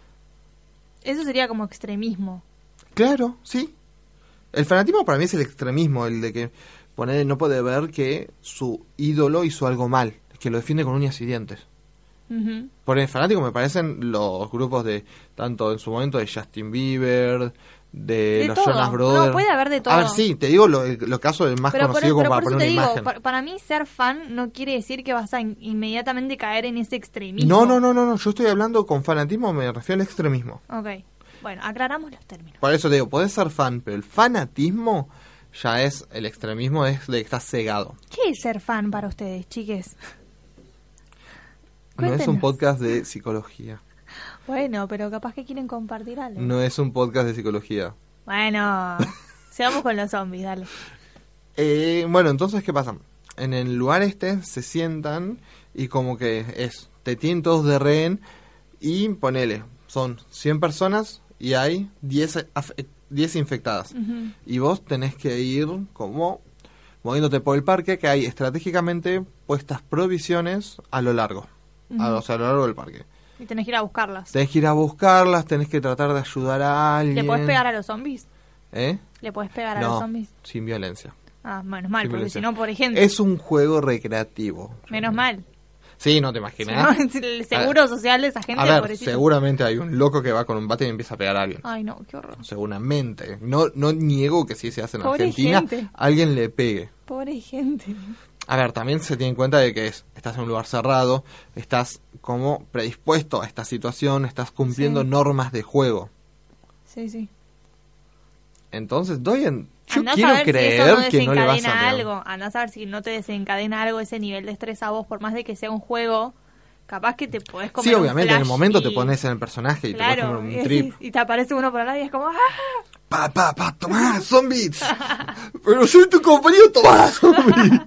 [SPEAKER 3] Eso sería como extremismo.
[SPEAKER 2] Claro, sí. El fanatismo para mí es el extremismo, el de que poner, no puede ver que su ídolo hizo algo mal, que lo defiende con uñas y dientes.
[SPEAKER 3] Ujú.
[SPEAKER 2] Por el fanático me parecen los grupos de, tanto en su momento de Justin Bieber, de,
[SPEAKER 3] De
[SPEAKER 2] los
[SPEAKER 3] todo.
[SPEAKER 2] Jonas Brothers.
[SPEAKER 3] No, puede haber de todo.
[SPEAKER 2] A ver, sí, te digo lo, lo caso del más
[SPEAKER 3] Pero,
[SPEAKER 2] conocido
[SPEAKER 3] por, pero
[SPEAKER 2] como
[SPEAKER 3] por
[SPEAKER 2] para
[SPEAKER 3] eso
[SPEAKER 2] poner
[SPEAKER 3] te
[SPEAKER 2] una
[SPEAKER 3] digo,
[SPEAKER 2] imagen.
[SPEAKER 3] para, para mí ser fan no quiere decir que vas a in- inmediatamente caer en ese extremismo.
[SPEAKER 2] No, no, no, no, no, yo estoy hablando con fanatismo, me refiero al extremismo.
[SPEAKER 3] Ok, bueno, aclaramos los términos.
[SPEAKER 2] Por eso te digo, podés ser fan, pero el fanatismo ya es, el extremismo es de que estás cegado.
[SPEAKER 3] ¿Qué es ser fan para ustedes, chiques?
[SPEAKER 2] No es un
[SPEAKER 3] Cuéntenos.
[SPEAKER 2] podcast de psicología.
[SPEAKER 3] Bueno, pero capaz que quieren compartir algo.
[SPEAKER 2] No es un podcast de psicología.
[SPEAKER 3] Bueno, sigamos con los zombies, dale.
[SPEAKER 2] Eh, bueno, entonces, ¿qué pasa? En el lugar este se sientan y como que es, te tienen todos de rehén y ponele, son cien personas y hay diez, af- diez infectadas.
[SPEAKER 3] Ujú.
[SPEAKER 2] Y vos tenés que ir como moviéndote por el parque, que hay estratégicamente puestas provisiones a lo largo, a,
[SPEAKER 3] Ujú.
[SPEAKER 2] o sea, a lo largo del parque.
[SPEAKER 3] Y tenés que ir a buscarlas.
[SPEAKER 2] Tenés que ir a buscarlas, tenés que tratar de ayudar a alguien.
[SPEAKER 3] ¿Le podés pegar a los zombies?
[SPEAKER 2] ¿Eh?
[SPEAKER 3] ¿Le podés pegar a
[SPEAKER 2] No,
[SPEAKER 3] los zombies?
[SPEAKER 2] sin violencia.
[SPEAKER 3] Ah, menos mal,
[SPEAKER 2] Sin
[SPEAKER 3] porque
[SPEAKER 2] violencia.
[SPEAKER 3] si no, por ejemplo...
[SPEAKER 2] Es un juego recreativo.
[SPEAKER 3] Menos mal.
[SPEAKER 2] Sí, no te
[SPEAKER 3] Si
[SPEAKER 2] imaginas.
[SPEAKER 3] no, el seguro social de esa gente,
[SPEAKER 2] A ver,
[SPEAKER 3] pobrecito.
[SPEAKER 2] seguramente hay un loco que va con un bate y empieza a pegar a alguien.
[SPEAKER 3] Ay, no, qué horror.
[SPEAKER 2] Seguramente. No, no niego que si se hace en
[SPEAKER 3] Pobre
[SPEAKER 2] Argentina,
[SPEAKER 3] gente.
[SPEAKER 2] alguien le pegue.
[SPEAKER 3] Pobre gente.
[SPEAKER 2] A ver, también se tiene en cuenta de que es, estás en un lugar cerrado, estás como predispuesto a esta situación, estás cumpliendo
[SPEAKER 3] Sí.
[SPEAKER 2] normas de juego.
[SPEAKER 3] Sí, sí.
[SPEAKER 2] Entonces, doy en... Yo
[SPEAKER 3] Andá a
[SPEAKER 2] quiero
[SPEAKER 3] saber si
[SPEAKER 2] creer
[SPEAKER 3] eso no
[SPEAKER 2] que no le vas a
[SPEAKER 3] desencadena
[SPEAKER 2] pegar.
[SPEAKER 3] algo. Andá a saber si no te desencadena algo ese nivel de estrés a vos, por más de que sea un juego, capaz que te podés comer
[SPEAKER 2] Sí,
[SPEAKER 3] un
[SPEAKER 2] obviamente, en el
[SPEAKER 3] flash
[SPEAKER 2] momento
[SPEAKER 3] y-
[SPEAKER 2] te pones en el personaje y te podés
[SPEAKER 3] Claro,
[SPEAKER 2] comer
[SPEAKER 3] y,
[SPEAKER 2] un trip.
[SPEAKER 3] y te aparece uno por al lado y es como... ¡Ah!
[SPEAKER 2] Pa, pa, pa, tomá, zombies. Pero soy tu compañero, tomá, zombies.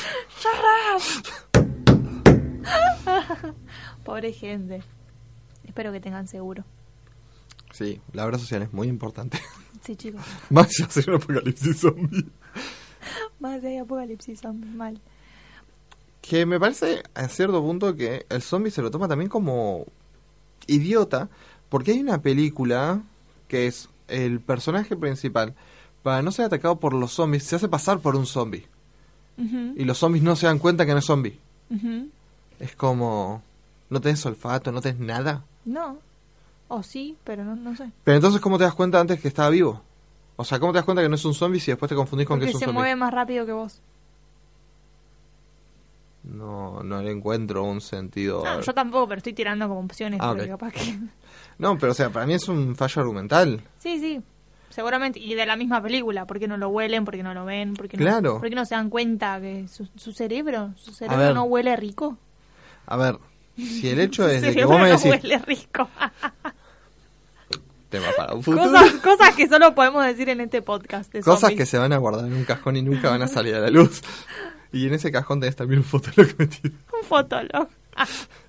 [SPEAKER 3] Pobre gente. Espero que tengan seguro.
[SPEAKER 2] Sí, la obra social es muy importante.
[SPEAKER 3] Sí, chicos.
[SPEAKER 2] Más ya hacer un apocalipsis zombie.
[SPEAKER 3] Más de apocalipsis zombie, mal.
[SPEAKER 2] Que me parece a cierto punto que el zombie se lo toma también como idiota, porque hay una película que es el personaje principal, para no ser atacado por los zombies, se hace pasar por un zombie.
[SPEAKER 3] Ujú,
[SPEAKER 2] Y los zombies no se dan cuenta que no es zombie.
[SPEAKER 3] ujú.
[SPEAKER 2] Es como... No tenés olfato, no tenés nada.
[SPEAKER 3] No. O sí, pero no, no sé.
[SPEAKER 2] Pero entonces, ¿cómo te das cuenta antes que estaba vivo? O sea, ¿cómo te das cuenta que no es un zombie si después te confundís con que
[SPEAKER 3] Porque
[SPEAKER 2] es un
[SPEAKER 3] se
[SPEAKER 2] zombie?
[SPEAKER 3] mueve más rápido que vos.
[SPEAKER 2] No, no le encuentro un sentido.
[SPEAKER 3] No, yo tampoco, pero estoy tirando como opciones.
[SPEAKER 2] Ah,
[SPEAKER 3] porque
[SPEAKER 2] ok.
[SPEAKER 3] capaz que...
[SPEAKER 2] No, pero o sea, para mí es un fallo argumental.
[SPEAKER 3] Sí, sí. Seguramente. Y de la misma película. ¿Por qué no lo huelen? ¿Por qué no lo ven? ¿Por qué no,
[SPEAKER 2] Claro.
[SPEAKER 3] ¿por qué no se dan cuenta que su, su cerebro, su
[SPEAKER 2] ver.
[SPEAKER 3] cerebro no huele rico?
[SPEAKER 2] A ver, si el hecho
[SPEAKER 3] Su
[SPEAKER 2] es de que
[SPEAKER 3] cerebro
[SPEAKER 2] vos me
[SPEAKER 3] no
[SPEAKER 2] decís...
[SPEAKER 3] huele rico.
[SPEAKER 2] Tema para un futuro.
[SPEAKER 3] cosas, cosas que solo podemos decir en este podcast de
[SPEAKER 2] Cosas
[SPEAKER 3] zombies.
[SPEAKER 2] que se van a guardar en un cajón y nunca van a salir a la luz. Y en ese cajón tenés también un fotolog metido.
[SPEAKER 3] Un fotolog. Ah,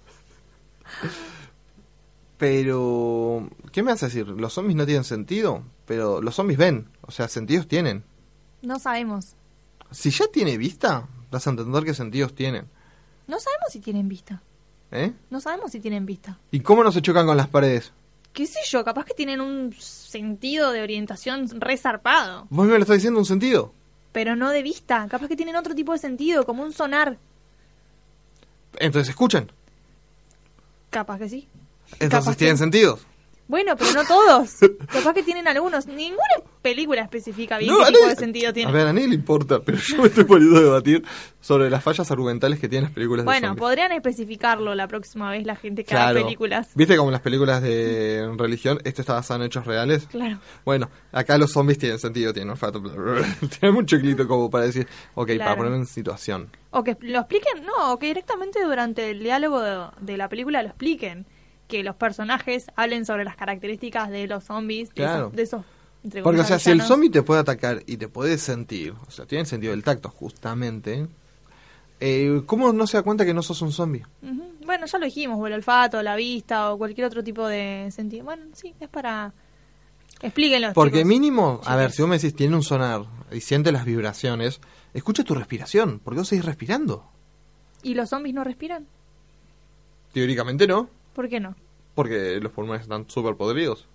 [SPEAKER 2] Pero... ¿Qué me hace decir? Los zombies no tienen sentido, pero los zombies ven. O sea, sentidos tienen.
[SPEAKER 3] no sabemos.
[SPEAKER 2] Si ya tiene vista, vas a entender qué sentidos tienen.
[SPEAKER 3] No sabemos si tienen vista.
[SPEAKER 2] ¿Eh?
[SPEAKER 3] No sabemos si tienen vista.
[SPEAKER 2] ¿Y cómo no se chocan con las paredes?
[SPEAKER 3] ¿Qué sé yo? Capaz que tienen un sentido de orientación resarpado.
[SPEAKER 2] Vos me lo estás diciendo un sentido.
[SPEAKER 3] Pero no de vista. Capaz que tienen otro tipo de sentido, como un sonar.
[SPEAKER 2] Entonces escuchan.
[SPEAKER 3] Capaz que sí.
[SPEAKER 2] Entonces
[SPEAKER 3] Capaz
[SPEAKER 2] tienen
[SPEAKER 3] que-
[SPEAKER 2] sentidos.
[SPEAKER 3] Bueno, pero no todos. Capaz que tienen algunos. Ninguna película especifica bien
[SPEAKER 2] No,
[SPEAKER 3] qué
[SPEAKER 2] a
[SPEAKER 3] tipo
[SPEAKER 2] nadie-
[SPEAKER 3] de sentido tiene.
[SPEAKER 2] A ver, a nadie le importa, pero yo me estoy poniendo a debatir sobre las fallas argumentales que tienen las películas de
[SPEAKER 3] Bueno,
[SPEAKER 2] zombies.
[SPEAKER 3] podrían especificarlo la próxima vez la gente que haga películas.
[SPEAKER 2] ¿Viste como en las películas de religión esto está basado en hechos reales?
[SPEAKER 3] Claro.
[SPEAKER 2] Bueno, acá los zombies tienen sentido, tienen olfato, bla, bla, bla. Tienen un checlito como para decir, ok, para
[SPEAKER 3] Claro.
[SPEAKER 2] ponerme en situación.
[SPEAKER 3] O que lo expliquen, no, o que directamente durante el diálogo de, de la película lo expliquen. Que los personajes hablen sobre las características de los zombies, de
[SPEAKER 2] Claro.
[SPEAKER 3] esos, de esos entre
[SPEAKER 2] Porque, o
[SPEAKER 3] comillas,
[SPEAKER 2] sea, si el
[SPEAKER 3] villanos.
[SPEAKER 2] zombie te puede atacar y te puede sentir, o sea, tiene el sentido del tacto, justamente, eh, ¿cómo no se da cuenta que no sos un zombie?
[SPEAKER 3] Ujú. Bueno, ya lo dijimos, o el olfato, la vista, o cualquier otro tipo de sentido. Bueno, sí, es para... Explíquenlo,
[SPEAKER 2] Porque
[SPEAKER 3] chicos.
[SPEAKER 2] mínimo, a
[SPEAKER 3] Chicos.
[SPEAKER 2] ver, si vos me decís, tiene un sonar y siente las vibraciones, escucha tu respiración, porque vos seguís respirando.
[SPEAKER 3] ¿Y los zombies no respiran?
[SPEAKER 2] Teóricamente no,
[SPEAKER 3] ¿Por qué no?
[SPEAKER 2] porque los pulmones están súper podridos.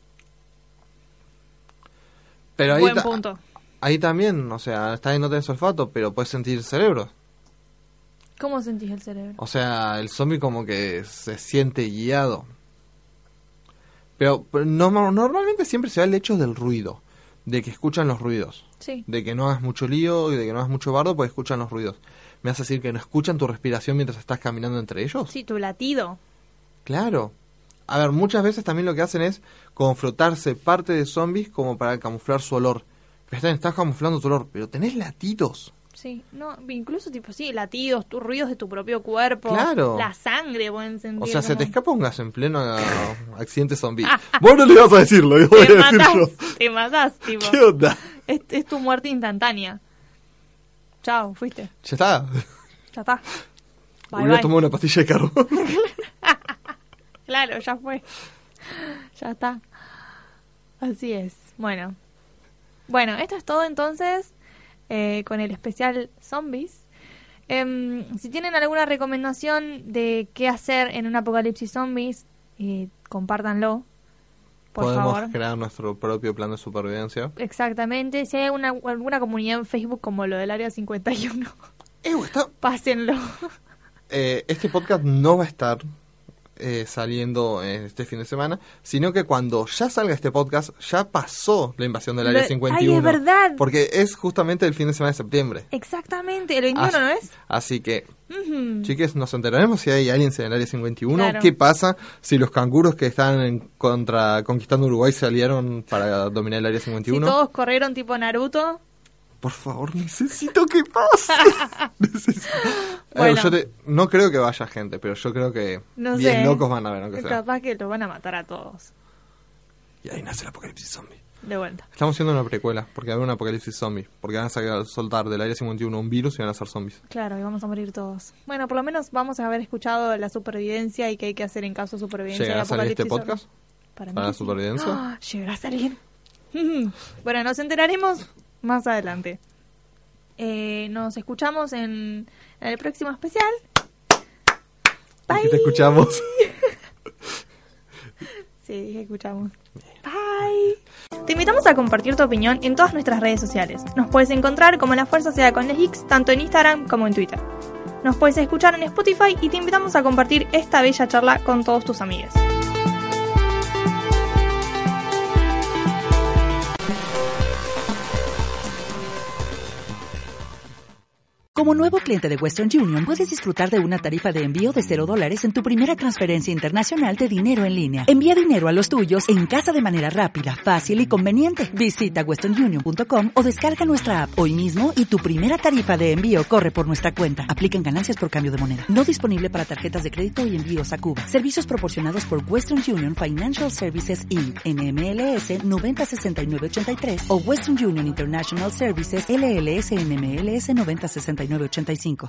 [SPEAKER 2] Pero ahí,
[SPEAKER 3] Buen
[SPEAKER 2] ta-
[SPEAKER 3] punto.
[SPEAKER 2] ahí también, o sea, está ahí no tenés olfato, pero puedes sentir el cerebro.
[SPEAKER 3] ¿Cómo sentís el cerebro?
[SPEAKER 2] O sea, el zombie como que se siente guiado. Pero, pero no, normalmente siempre se da el hecho del ruido, de que escuchan los ruidos.
[SPEAKER 3] Sí.
[SPEAKER 2] De que no hagas mucho lío y de que no hagas mucho bardo porque escuchan los ruidos. ¿Me vas a decir que no escuchan tu respiración mientras estás caminando entre ellos?
[SPEAKER 3] Sí, tu latido.
[SPEAKER 2] Claro. A ver, muchas veces también lo que hacen es como frotarse parte de zombies como para camuflar su olor. Pero están, estás camuflando tu olor, pero tenés latidos.
[SPEAKER 3] Sí, no, incluso tipo, sí, latidos, tus ruidos de tu propio cuerpo.
[SPEAKER 2] Claro.
[SPEAKER 3] La sangre pueden sentir.
[SPEAKER 2] O sea, se
[SPEAKER 3] como-
[SPEAKER 2] te escapa un gas en pleno ah, accidente zombie. Vos no le vas a decirlo, yo voy
[SPEAKER 3] Te
[SPEAKER 2] a decir
[SPEAKER 3] matás,
[SPEAKER 2] yo.
[SPEAKER 3] te matás, tipo.
[SPEAKER 2] ¿Qué onda?
[SPEAKER 3] Es, es tu muerte instantánea. Chao, fuiste.
[SPEAKER 2] Ya está.
[SPEAKER 3] Ya está. Bye,
[SPEAKER 2] Hubiera
[SPEAKER 3] bye.
[SPEAKER 2] tomado una pastilla de carbón.
[SPEAKER 3] Claro, ya fue. Ya está. Así es. Bueno. Bueno, esto es todo entonces eh, con el especial Zombies. Em, si tienen alguna recomendación de qué hacer en un apocalipsis zombies, eh, compártanlo, por
[SPEAKER 2] Podemos
[SPEAKER 3] favor.
[SPEAKER 2] crear nuestro propio plan de supervivencia.
[SPEAKER 3] Exactamente. Si hay alguna, alguna comunidad en Facebook como lo del Área cincuenta y uno,
[SPEAKER 2] Eh, está,
[SPEAKER 3] pásenlo.
[SPEAKER 2] eh, este podcast no va a estar eh, saliendo eh, este fin de semana, sino que cuando ya salga este podcast, ya pasó la invasión del Área
[SPEAKER 3] Lo-
[SPEAKER 2] cincuenta y uno.
[SPEAKER 3] ¡Ay, es verdad!
[SPEAKER 2] Porque es justamente el fin de semana de septiembre.
[SPEAKER 3] Exactamente, el veintiuno,
[SPEAKER 2] Así,
[SPEAKER 3] ¿no es?
[SPEAKER 2] así que,
[SPEAKER 3] Ujú.
[SPEAKER 2] chiques, nos enteraremos si hay aliens en el Área cincuenta y uno.
[SPEAKER 3] Claro.
[SPEAKER 2] ¿Qué pasa si los canguros que están en contra conquistando Uruguay se aliaron para dominar el Área cincuenta y
[SPEAKER 3] Si
[SPEAKER 2] uno?
[SPEAKER 3] todos corrieron tipo Naruto.
[SPEAKER 2] Por favor, necesito que pase. Necesito-
[SPEAKER 3] Bueno.
[SPEAKER 2] Eh, yo te- no creo que vaya gente, pero yo creo que
[SPEAKER 3] No
[SPEAKER 2] diez
[SPEAKER 3] sé.
[SPEAKER 2] locos van a ver, aunque sea.
[SPEAKER 3] Capaz que los van a matar a todos.
[SPEAKER 2] Y ahí nace el apocalipsis zombie.
[SPEAKER 3] De vuelta.
[SPEAKER 2] Estamos haciendo una precuela, porque va a haber un apocalipsis zombie. Porque van a sacar- soltar del Área cincuenta y uno un virus y van a ser zombies.
[SPEAKER 3] Claro, y vamos a morir todos. Bueno, por lo menos vamos a haber escuchado la supervivencia y qué hay que hacer en caso de supervivencia.
[SPEAKER 2] ¿Llegará
[SPEAKER 3] y
[SPEAKER 2] a salir este
[SPEAKER 3] apocalipsis
[SPEAKER 2] podcast?
[SPEAKER 3] zombie. Para,
[SPEAKER 2] ¿Para
[SPEAKER 3] mí
[SPEAKER 2] la
[SPEAKER 3] sí.
[SPEAKER 2] supervivencia?
[SPEAKER 3] ¡Ah! ¿Llegará a salir? Bueno, nos enteraremos más adelante. Eh, nos escuchamos en, en el próximo especial.
[SPEAKER 2] Aquí
[SPEAKER 3] Bye.
[SPEAKER 2] te escuchamos.
[SPEAKER 3] Sí, dije escuchamos. Bye. Te invitamos a compartir tu opinión en todas nuestras redes sociales. Nos puedes encontrar como La Fuerza Sea con las Geeks, tanto en Instagram como en Twitter. Nos puedes escuchar en Spotify y te invitamos a compartir esta bella charla con todos tus amigos.
[SPEAKER 5] Como nuevo cliente de Western Union, puedes disfrutar de una tarifa de envío de cero dólares en tu primera transferencia internacional de dinero en línea. Envía dinero a los tuyos en casa de manera rápida, fácil y conveniente. Visita western union punto com o descarga nuestra app hoy mismo y tu primera tarifa de envío corre por nuestra cuenta. Aplican ganancias por cambio de moneda. No disponible para tarjetas de crédito y envíos a Cuba. Servicios proporcionados por Western Union Financial Services Incorporated. N M L S noventa sesenta y nueve ochenta y tres o Western Union International Services L L S N M L S noventa sesenta y nueve ochenta y cinco.